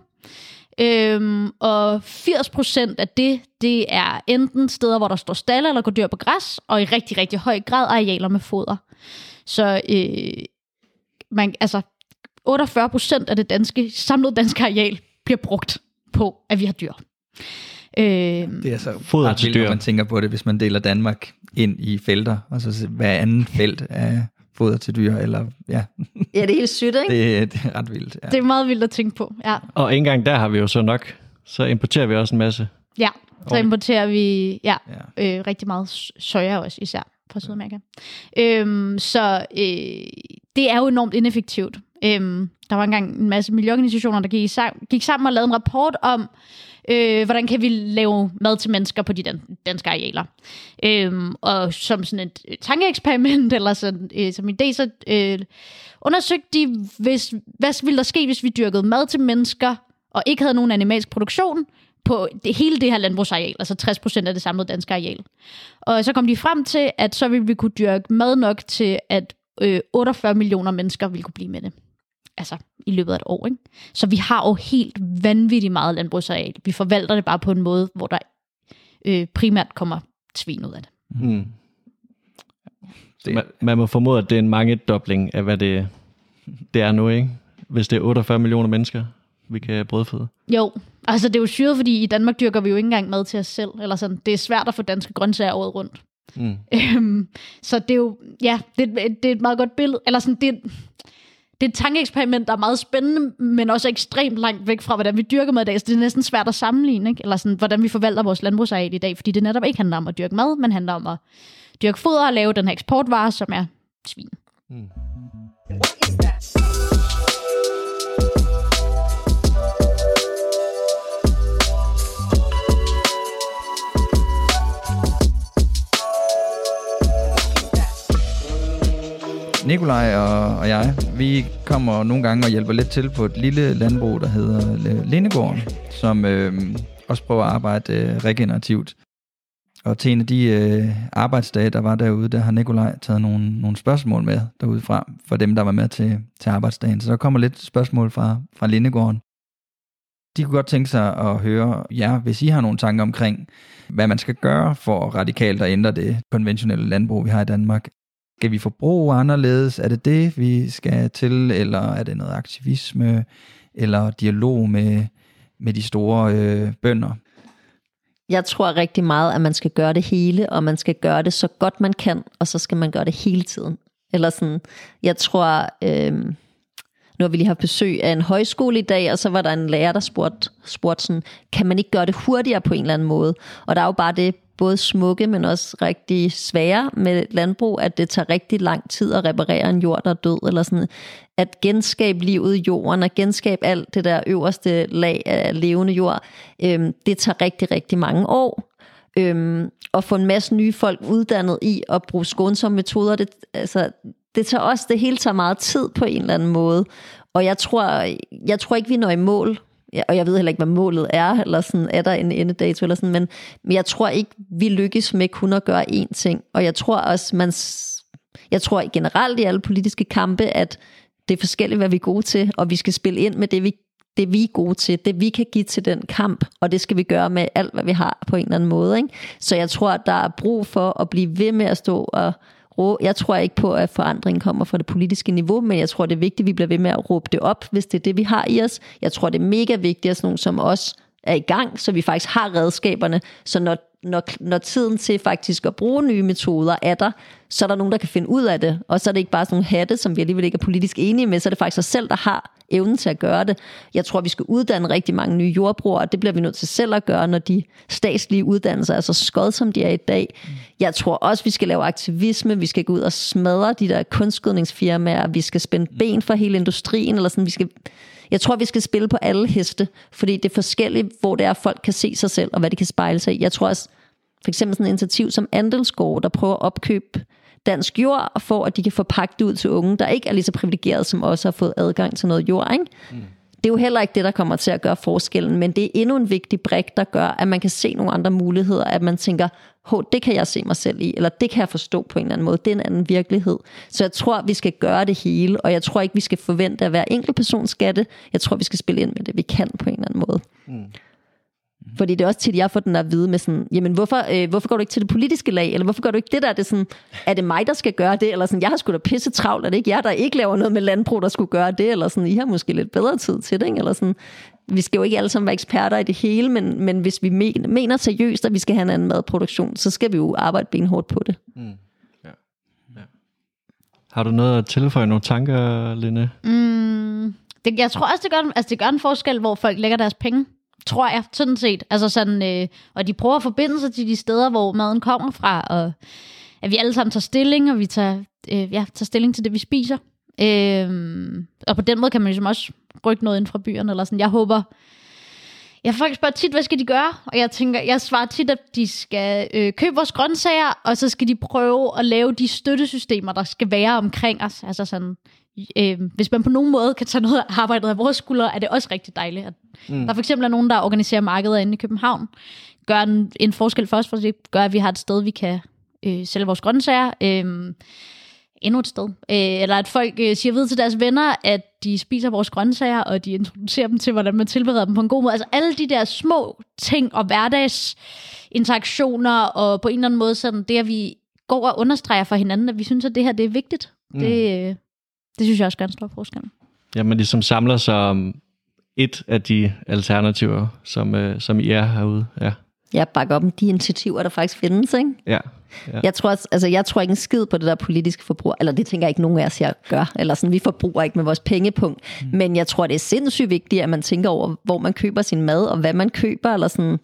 øhm, og firs procent af det, det er enten steder, hvor der står stalde eller går dyr på græs, og i rigtig, rigtig høj grad arealer med foder. Så øh, man, altså otteogfyrre procent af det danske, samlede danske areal bliver brugt på, at vi har dyr. Øh, det er så foder til dyr, når man tænker på det, hvis man deler Danmark ind i felter, og så hver anden felt er foder til dyr, eller ja. Ja, det er helt sygt, ikke? Det, det er ret vildt. Ja. Det er meget vildt at tænke på, ja. Og ikke engang der har vi jo så nok, så importerer vi også en masse. Ja, så importerer vi ja, ja. Øh, rigtig meget soja også, især fra Sydamerika. Øhm, så øh, det er jo enormt ineffektivt. Øhm, der var engang en masse miljøorganisationer, der gik, gik sammen og lavede en rapport om, Øh, hvordan kan vi lave mad til mennesker på de dan- danske arealer. Øhm, og som sådan et tankeeksperiment, eller sådan, øh, som en idé, så øh, undersøgte de, hvis, hvad ville der ske, hvis vi dyrkede mad til mennesker, og ikke havde nogen animalsk produktion, på det, hele det her landbrugsareal, altså tres procent af det samlede danske areal. Og så kom de frem til, at så ville vi kunne dyrke mad nok til, at øh, otteogfyrre millioner mennesker ville kunne blive med det. Altså i løbet af et år, ikke? Så vi har jo helt vanvittigt meget landbrugsareal. Vi forvalter det bare på en måde, hvor der øh, primært kommer svin ud af det. Mm. Det, man, man må formode, at det er en mangedobling af, hvad det, det er nu, ikke? Hvis det er otteogfyrre millioner mennesker, vi kan brødføde. Jo, altså det er jo syret, fordi i Danmark dyrker vi jo ikke engang mad til os selv. Eller sådan. Det er svært at få danske grøntsager året rundt. Mm. Øhm, så det er jo, ja, det, det er et meget godt billede. Eller sådan, det, det er et tankeeksperiment, der er meget spændende, men også ekstremt langt væk fra, hvordan vi dyrker mad i dag. Så det er næsten svært at sammenligne, ikke? Eller sådan, hvordan vi forvalter vores landbrugsareal i dag. Fordi det netop ikke handler om at dyrke mad, men handler om at dyrke foder og lave den her eksportvare, som er svin. Mm. Nikolaj og, og jeg, vi kommer nogle gange og hjælper lidt til på et lille landbrug, der hedder Lindegården, som øh, også prøver at arbejde øh, regenerativt. Og til en af de øh, arbejdsdage, der var derude, der har Nikolaj taget nogle, nogle spørgsmål med derudefra, for dem, der var med til, til arbejdsdagen. Så der kommer lidt spørgsmål fra, fra Lindegården. De kunne godt tænke sig at høre jer, hvis I har nogle tanker omkring, hvad man skal gøre for radikalt at ændre det konventionelle landbrug, vi har i Danmark. Skal vi forbruge anderledes? Er det det, vi skal til? Eller er det noget aktivisme? Eller dialog med, med de store øh, bønder? Jeg tror rigtig meget, at man skal gøre det hele, og man skal gøre det så godt man kan, og så skal man gøre det hele tiden. Eller sådan, jeg tror, øh, nu har vi lige haft besøg af en højskole i dag, og så var der en lærer, der spurgte, spurgte sådan, kan man ikke gøre det hurtigere på en eller anden måde? Og der er jo bare det, både smukke, men også rigtig svære med landbrug, at det tager rigtig lang tid at reparere en jord, der er død, eller sådan, at genskabe livet i jorden, og genskabe alt det der øverste lag af levende jord, øhm, det tager rigtig, rigtig mange år. Øhm, og få en masse nye folk uddannet i at bruge skånsomme metoder, det, altså, det tager også, det hele tager meget tid på en eller anden måde. Og jeg tror, jeg tror ikke, vi når i mål. Ja, og jeg ved heller ikke, hvad målet er, eller sådan, er der en endedato, eller sådan, men, men jeg tror ikke, vi lykkes med kun at gøre én ting. Og jeg tror også, man, jeg tror generelt i alle politiske kampe, at det er forskelligt, hvad vi er gode til, og vi skal spille ind med det, vi, det, vi er gode til, det vi kan give til den kamp, og det skal vi gøre med alt, hvad vi har på en eller anden måde. Ikke? Så jeg tror, at der er brug for at blive ved med at stå og jeg tror ikke på, at forandringen kommer fra det politiske niveau, men jeg tror, det er vigtigt, at vi bliver ved med at råbe det op, hvis det er det, vi har i os. Jeg tror, det er mega vigtigt, at sådan nogen som os er i gang, så vi faktisk har redskaberne, så når, når, når tiden til faktisk at bruge nye metoder er der, så er der nogen, der kan finde ud af det, og så er det ikke bare sådan nogle hatte, som vi alligevel ikke er politisk enige med, så er det faktisk os selv, der har evnen til at gøre det. Jeg tror, vi skal uddanne rigtig mange nye jordbrugere, og det bliver vi nødt til selv at gøre, når de statslige uddannelser er så skød, som de er i dag. Jeg tror også, vi skal lave aktivisme, vi skal gå ud og smadre de der kunstgødningsfirmaer, vi skal spænde ben for hele industrien, eller sådan, vi skal... Jeg tror, vi skal spille på alle heste, fordi det er forskelligt, hvor det er, folk kan se sig selv, og hvad de kan spejle sig i. Jeg tror også, for eksempel sådan et initiativ som Andelsgård, der prøver at opkøbe dansk jord, for at de kan få pakket ud til unge, der ikke er lige så privilegerede som os, har fået adgang til noget jord, ikke? Mm. Det er jo heller ikke det, der kommer til at gøre forskellen, men det er endnu en vigtig brik, der gør, at man kan se nogle andre muligheder, at man tænker, hov, det kan jeg se mig selv i, eller det kan jeg forstå på en eller anden måde, det er en anden virkelighed. Så jeg tror, vi skal gøre det hele, og jeg tror ikke, vi skal forvente, at hver enkelt person skal det. Jeg tror, vi skal spille ind med det, vi kan på en eller anden måde. Mm. Fordi det er også tit, jeg får den at vide med sådan, jamen hvorfor, øh, hvorfor går du ikke til det politiske lag, eller hvorfor gør du ikke det der, det er sådan, er det mig, der skal gøre det, eller sådan, jeg har sgu da pisse travlt, er det ikke jer, der ikke laver noget med landbrug, der skulle gøre det, eller sådan, I har måske lidt bedre tid til det, ikke? Eller sådan, vi skal jo ikke alle sammen være eksperter i det hele, men, men hvis vi mener, mener seriøst, at vi skal have en anden madproduktion, så skal vi jo arbejde benhårdt på det. Mm. Ja. Ja. Har du noget at tilføje, nogle tanker, Lene? Mm, det, jeg tror også, det gør, altså det gør en forskel, hvor folk lægger deres penge. Tror jeg, sådan set. Altså sådan, øh, og de prøver at forbinde sig til de steder, hvor maden kommer fra, og at vi alle sammen tager stilling, og vi tager, øh, ja, tager stilling til det, vi spiser. Øh, og på den måde kan man ligesom også rykke noget ind fra byerne, eller sådan. Jeg håber, jeg får faktisk spørger tit, hvad skal de gøre? Og jeg tænker, jeg svarer tit, at de skal øh, købe vores grøntsager, og så skal de prøve at lave de støttesystemer, der skal være omkring os. Altså sådan, øh, hvis man på nogen måde kan tage noget af arbejdet af vores skuldre, er det også rigtig dejligt. At mm. der for eksempel er nogen, der organiserer markeder inde i København, gør en, en forskel for os, for det gør, at vi har et sted, vi kan øh, sælge vores grøntsager. Øh, endnu et sted. Øh, eller at folk øh, siger videre til deres venner, at de spiser vores grøntsager, og de introducerer dem til, hvordan man tilbereder dem på en god måde. Altså alle de der små ting og hverdagsinteraktioner, og på en eller anden måde sådan, det at vi går og understreger for hinanden, at vi synes, at det her det er vigtigt. Mm. Det, det synes jeg også gør en stor forskel. Ja, man ligesom samler sig om et af de alternativer, som, øh, som I er herude. Ja. Jeg bakker op om de initiativer, der faktisk findes, ikke? Ja. Ja. Jeg tror, altså, jeg tror ikke en skid på det der politiske forbrug, eller det tænker jeg ikke nogen af os her gør, eller sådan, vi forbruger ikke med vores pengepunkt, mm. men jeg tror, det er sindssygt vigtigt, at man tænker over, hvor man køber sin mad, og hvad man køber, eller sådan.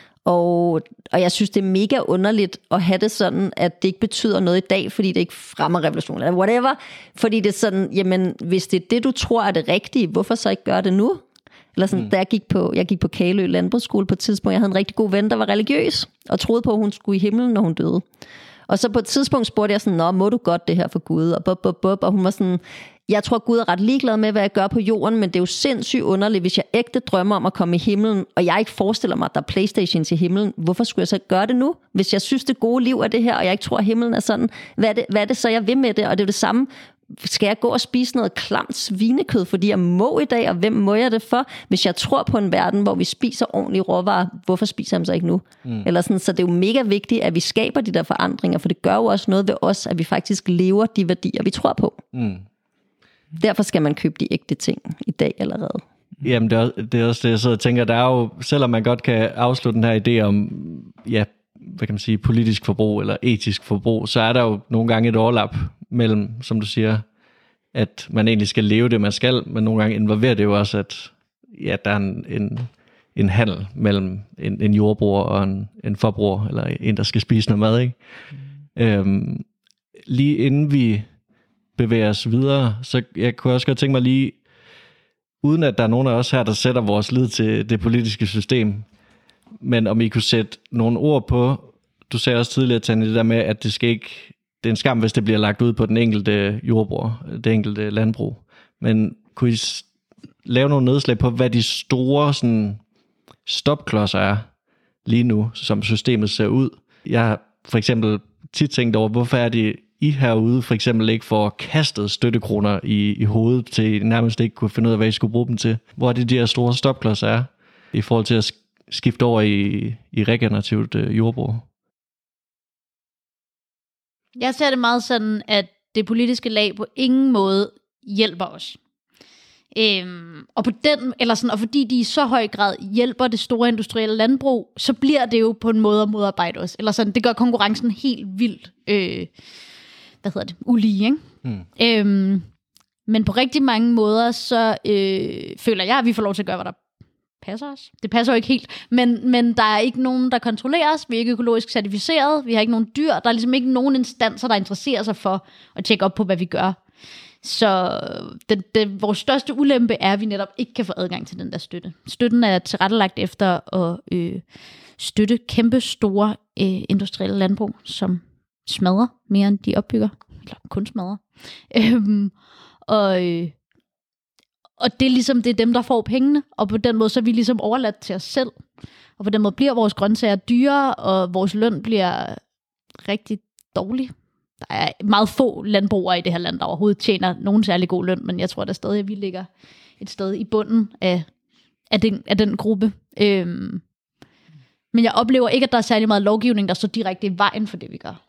Og, og jeg synes, det er mega underligt at have det sådan, at det ikke betyder noget i dag, fordi det ikke fremmer revolutionen, eller whatever, fordi det er sådan, jamen, hvis det er det, du tror er det rigtige, hvorfor så ikke gøre det nu? Eller sådan, mm. da jeg gik på, jeg gik på Kalø Landbrugsskole på et tidspunkt, jeg havde en rigtig god ven, der var religiøs, og troede på, at hun skulle i himlen, når hun døde. Og så på et tidspunkt spurgte jeg sådan, nå, må du godt det her for Gud? Og, bub, bub, bub, og hun var sådan, jeg tror, Gud er ret ligeglad med, hvad jeg gør på jorden, men det er jo sindssygt underligt, hvis jeg ægte drømmer om at komme i himlen, og jeg ikke forestiller mig, at der er Playstations i himlen. Hvorfor skulle jeg så gøre det nu? Hvis jeg synes, det gode liv er det her, og jeg ikke tror, at himlen er sådan, hvad er det, hvad er det så, jeg vil med det? Og det er jo det samme. Skal jeg gå og spise noget klamt svinekød, fordi jeg må i dag, og hvem må jeg det for? Hvis jeg tror på en verden, hvor vi spiser ordentlige råvarer, hvorfor spiser jeg dem så ikke nu? Mm. Eller sådan, så det er jo mega vigtigt, at vi skaber de der forandringer, for det gør jo også noget ved os, at vi faktisk lever de værdier, vi tror på. Mm. Derfor skal man købe de ægte ting i dag allerede. Jamen, det er, det er også det, jeg sidder og tænker, der er jo, selvom man godt kan afslutte den her idé om, ja, hvad kan man sige, politisk forbrug eller etisk forbrug, så er der jo nogle gange et overlap mellem, som du siger, at man egentlig skal leve det, man skal, men nogle gange involverer det jo også, at ja, der er en, en, en handel mellem en, en jordbruger og en, en forbruger, eller en, der skal spise noget mad, ikke? Mm. Øhm, lige inden vi bevæger os videre, så jeg kunne også godt tænke mig lige, uden at der er nogen af os her, der sætter vores lid til det politiske system, men om I kunne sætte nogle ord på, du sagde også tidligere, Tanja, det der med, at det skal ikke, det er en skam, hvis det bliver lagt ud på den enkelte jordbruger, det enkelte landbrug. Men kunne I lave nogle nedslag på, hvad de store sådan, stopklodser er lige nu, som systemet ser ud? Jeg har for eksempel tit tænkt over, hvorfor er det I herude for eksempel ikke får kastet støttekroner i, i hovedet til I nærmest ikke kunne finde ud af, hvad I skulle bruge dem til? Hvor er det de her store stopklodser er i forhold til at skifte over i, i regenerativt øh, jordbrug? Jeg ser det meget sådan, at det politiske lag på ingen måde hjælper os. Øhm, og på den, eller sådan, og fordi de i så høj grad hjælper det store industrielle landbrug, så bliver det jo på en måde at modarbejde os. Eller sådan, det gør konkurrencen helt vildt, øh, hvad hedder det, ulige, ikke? Mm. Øhm, men på rigtig mange måder, så øh, føler jeg, at vi får lov til at gøre, hvad der passer os. Det passer jo ikke helt, men, men der er ikke nogen, der kontrollerer os. Vi er ikke økologisk certificeret. Vi har ikke nogen dyr. Der er ligesom ikke nogen instanser, der interesserer sig for at tjekke op på, hvad vi gør. Så det, det, vores største ulempe er, at vi netop ikke kan få adgang til den der støtte. Støtten er tilrettelagt efter at øh, støtte kæmpe store øh, industrielle landbrug, som smadrer mere end de opbygger. Eller kun smadrer. Øhm, og øh, Og det er ligesom, det er dem, der får pengene, og på den måde, så er vi ligesom overladt til os selv. Og på den måde bliver vores grøntsager dyre, og vores løn bliver rigtig dårlig. Der er meget få landbrugere i det her land, der overhovedet tjener nogen særlig god løn, men jeg tror da stadig, at vi ligger et sted i bunden af, af, den, af den gruppe. Øhm, men jeg oplever ikke, at der er særlig meget lovgivning, der står direkte i vejen for det, vi gør.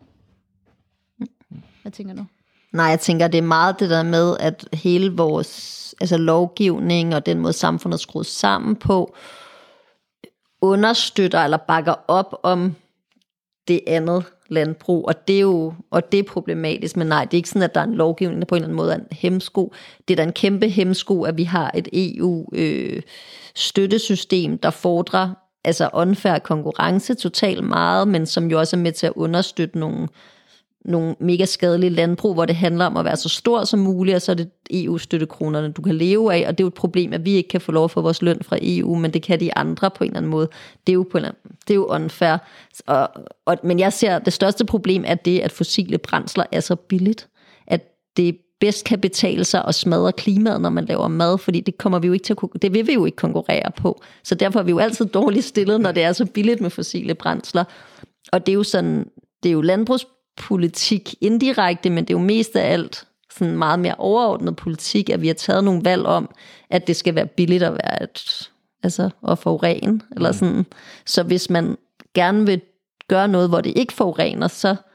Hvad tænker du? Nej, jeg tænker, det er meget det der med, at hele vores altså lovgivning og den måde samfundet er skruet sammen på, understøtter eller bakker op om det andet landbrug, og det er jo og det er problematisk, men nej, det er ikke sådan, at der er en lovgivning, der på en eller anden måde er en hemsko. Det er da en kæmpe hemsko, at vi har et E U-støttesystem, øh, der fordrer altså unfair konkurrence totalt meget, men som jo også er med til at understøtte nogle nogle mega skadelige landbrug, hvor det handler om at være så stor som muligt, og så er det E U-støttekronerne, du kan leve af, og det er jo et problem, at vi ikke kan få lov at få vores løn fra E U, men det kan de andre på en eller anden måde. Det er jo, på en, det er jo unfair. Og, og, men jeg ser, det største problem er det, at fossile brændsler er så billigt, at det bedst kan betale sig at smadre klimaet, når man laver mad, fordi det kommer vi jo ikke til at, det vil vi jo ikke konkurrere på. Så derfor er vi jo altid dårligt stillet, når det er så billigt med fossile brændsler. Og det er jo sådan, det er jo landbrugs politik indirekte, men det er jo mest af alt sådan meget mere overordnet politik, at vi har taget nogle valg om, at det skal være billigt at være et, altså at forurene, eller sådan. Så hvis man gerne vil gøre noget, hvor det ikke forurener, så,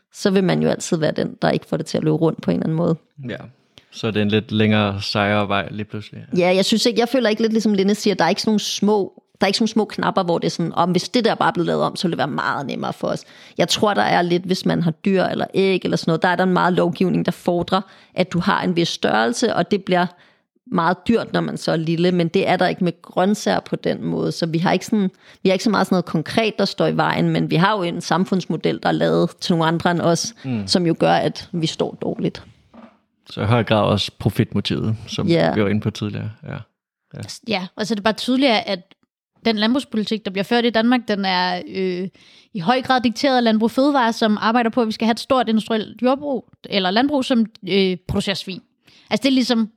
så vil man jo altid være den, der ikke får det til at løbe rundt på en eller anden måde. Ja, så er det en lidt længere sejre vej lige pludselig. Ja, jeg synes ikke, jeg føler ikke lidt ligesom Linde siger, der er ikke sådan nogle små, der er ikke sådan nogle små knapper, hvor det er sådan, om hvis det der bare er blevet lavet om, så vil det være meget nemmere for os. Jeg tror, der er lidt, hvis man har dyr eller æg eller sådan noget, der er der en meget lovgivning, der fordrer, at du har en vis størrelse, og det bliver meget dyrt, når man så er lille, men det er der ikke med grøntsager på den måde, så vi har ikke sådan, vi har ikke så meget sådan noget konkret, der står i vejen, men vi har jo en samfundsmodel, der er lavet til nogle andre end os, mm. som jo gør, at vi står dårligt. Så i høj grad også profitmotivet, som yeah. vi var inde på tidligere. Ja, ja. ja, og så er det bare tydeligt, at den landbrugspolitik, der bliver ført i Danmark, den er øh, i høj grad dikteret af Landbrug Fødevare, som arbejder på, at vi skal have et stort industrielt jordbrug, eller landbrug, som øh, producerer svin. Altså det er ligesom,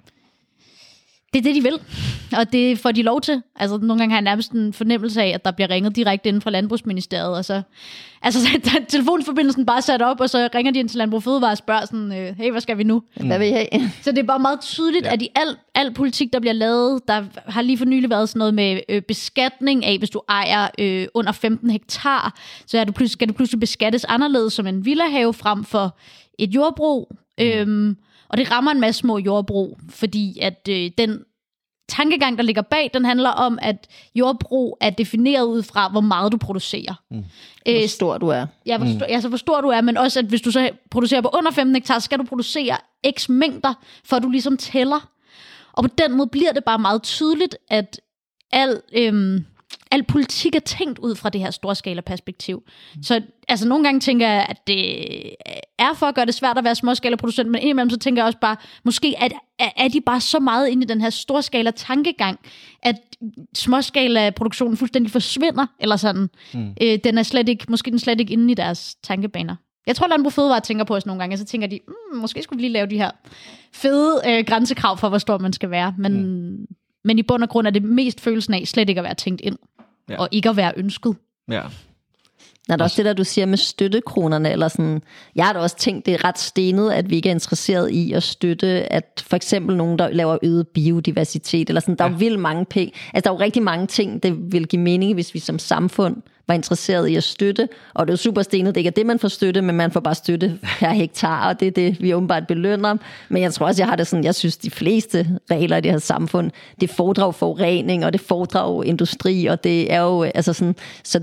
det er det, de vil, og det får de lov til. Altså nogle gange har jeg nærmest en fornemmelse af, at der bliver ringet direkte inden fra Landbrugsministeriet, og så altså så er telefonforbindelsen bare sat op, og så ringer de ind til Landbrug Fødevare og spørger sådan, hey, hvad skal vi nu? Hvad vil I have? Så det er bare meget tydeligt, ja. At i al, al politik, der bliver lavet, der har lige for nylig været sådan noget med øh, beskatning af, hvis du ejer øh, under femten hektar, så er du pludselig, skal du pludselig beskattes anderledes som en villahave frem for et jordbrug. Mm. Øhm, og det rammer en masse små jordbrug, fordi at øh, den tankegang, der ligger bag, den handler om, at jordbrug er defineret ud fra, hvor meget du producerer. Mm. Hvor stor du er. Ja, hvor, stor, altså, hvor stor du er, men også, at hvis du så producerer på under femten hektar, så skal du producere x mængder, for at du ligesom tæller. Og på den måde bliver det bare meget tydeligt, at al, øhm, al politik er tænkt ud fra det her storskala-perspektiv. Mm. Så altså, nogle gange tænker jeg, at det er for at gøre det svært at være småskala-producent, men indimellem så tænker jeg også bare, måske at, er de bare så meget inde i den her storskala-tankegang, at småskala-produktionen fuldstændig forsvinder, eller sådan. Mm. Øh, den er slet ikke, måske den slet ikke inde i deres tankebaner. Jeg tror, Landbrug Fødevare tænker på os nogle gange, og så tænker de, mm, måske skulle vi lige lave de her fede øh, grænsekrav for, hvor stor man skal være. Men, mm. men i bund og grund er det mest følelsen af slet ikke at være tænkt ind, ja. Og ikke at være ønsket. Ja. Når der også det der, du siger med støttekronerne, eller sådan, jeg har da også tænkt, det er ret stenet, at vi ikke er interesseret i at støtte, at for eksempel nogen, der laver øget biodiversitet, eller sådan, der ja. Er jo vildt mange penge, altså der er jo rigtig mange ting, det vil give mening, hvis vi som samfund var interesseret i at støtte, og det er jo super stenet, det ikke er det, man får støtte, men man får bare støtte per hektar, og det er det, vi åbenbart belønner. Men jeg tror også, jeg har det sådan, jeg synes, de fleste regler i det her samfund, det fordrer forurening, og det fordrer industri, og det er jo, altså sådan, så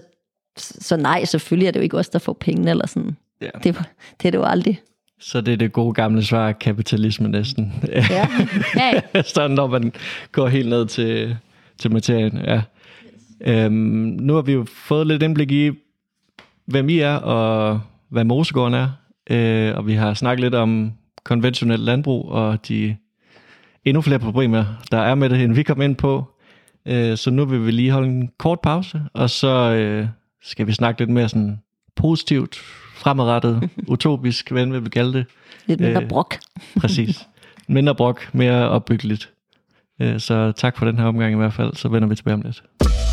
Så nej, selvfølgelig er det jo ikke os, der får pengene, eller sådan. Ja. Det, det er det jo aldrig. Så det er det gode gamle svar, kapitalisme næsten. Ja. Ja. Sådan når man går helt ned til, til materien. Ja. Øhm, nu har vi jo fået lidt indblik i, hvem I er, og hvad Mosegården er. Øh, og vi har snakket lidt om konventionelt landbrug, og de endnu flere problemer, der er med det, end vi kom ind på. Øh, så nu vil vi lige holde en kort pause, og så Øh, skal vi snakke lidt mere sådan positivt, fremadrettet, utopisk, hvad vi vil kalde det. Lidt mindre brok. Præcis. Mindre brok, mere opbyggeligt. Så tak for den her omgang i hvert fald, så vender vi tilbage om lidt.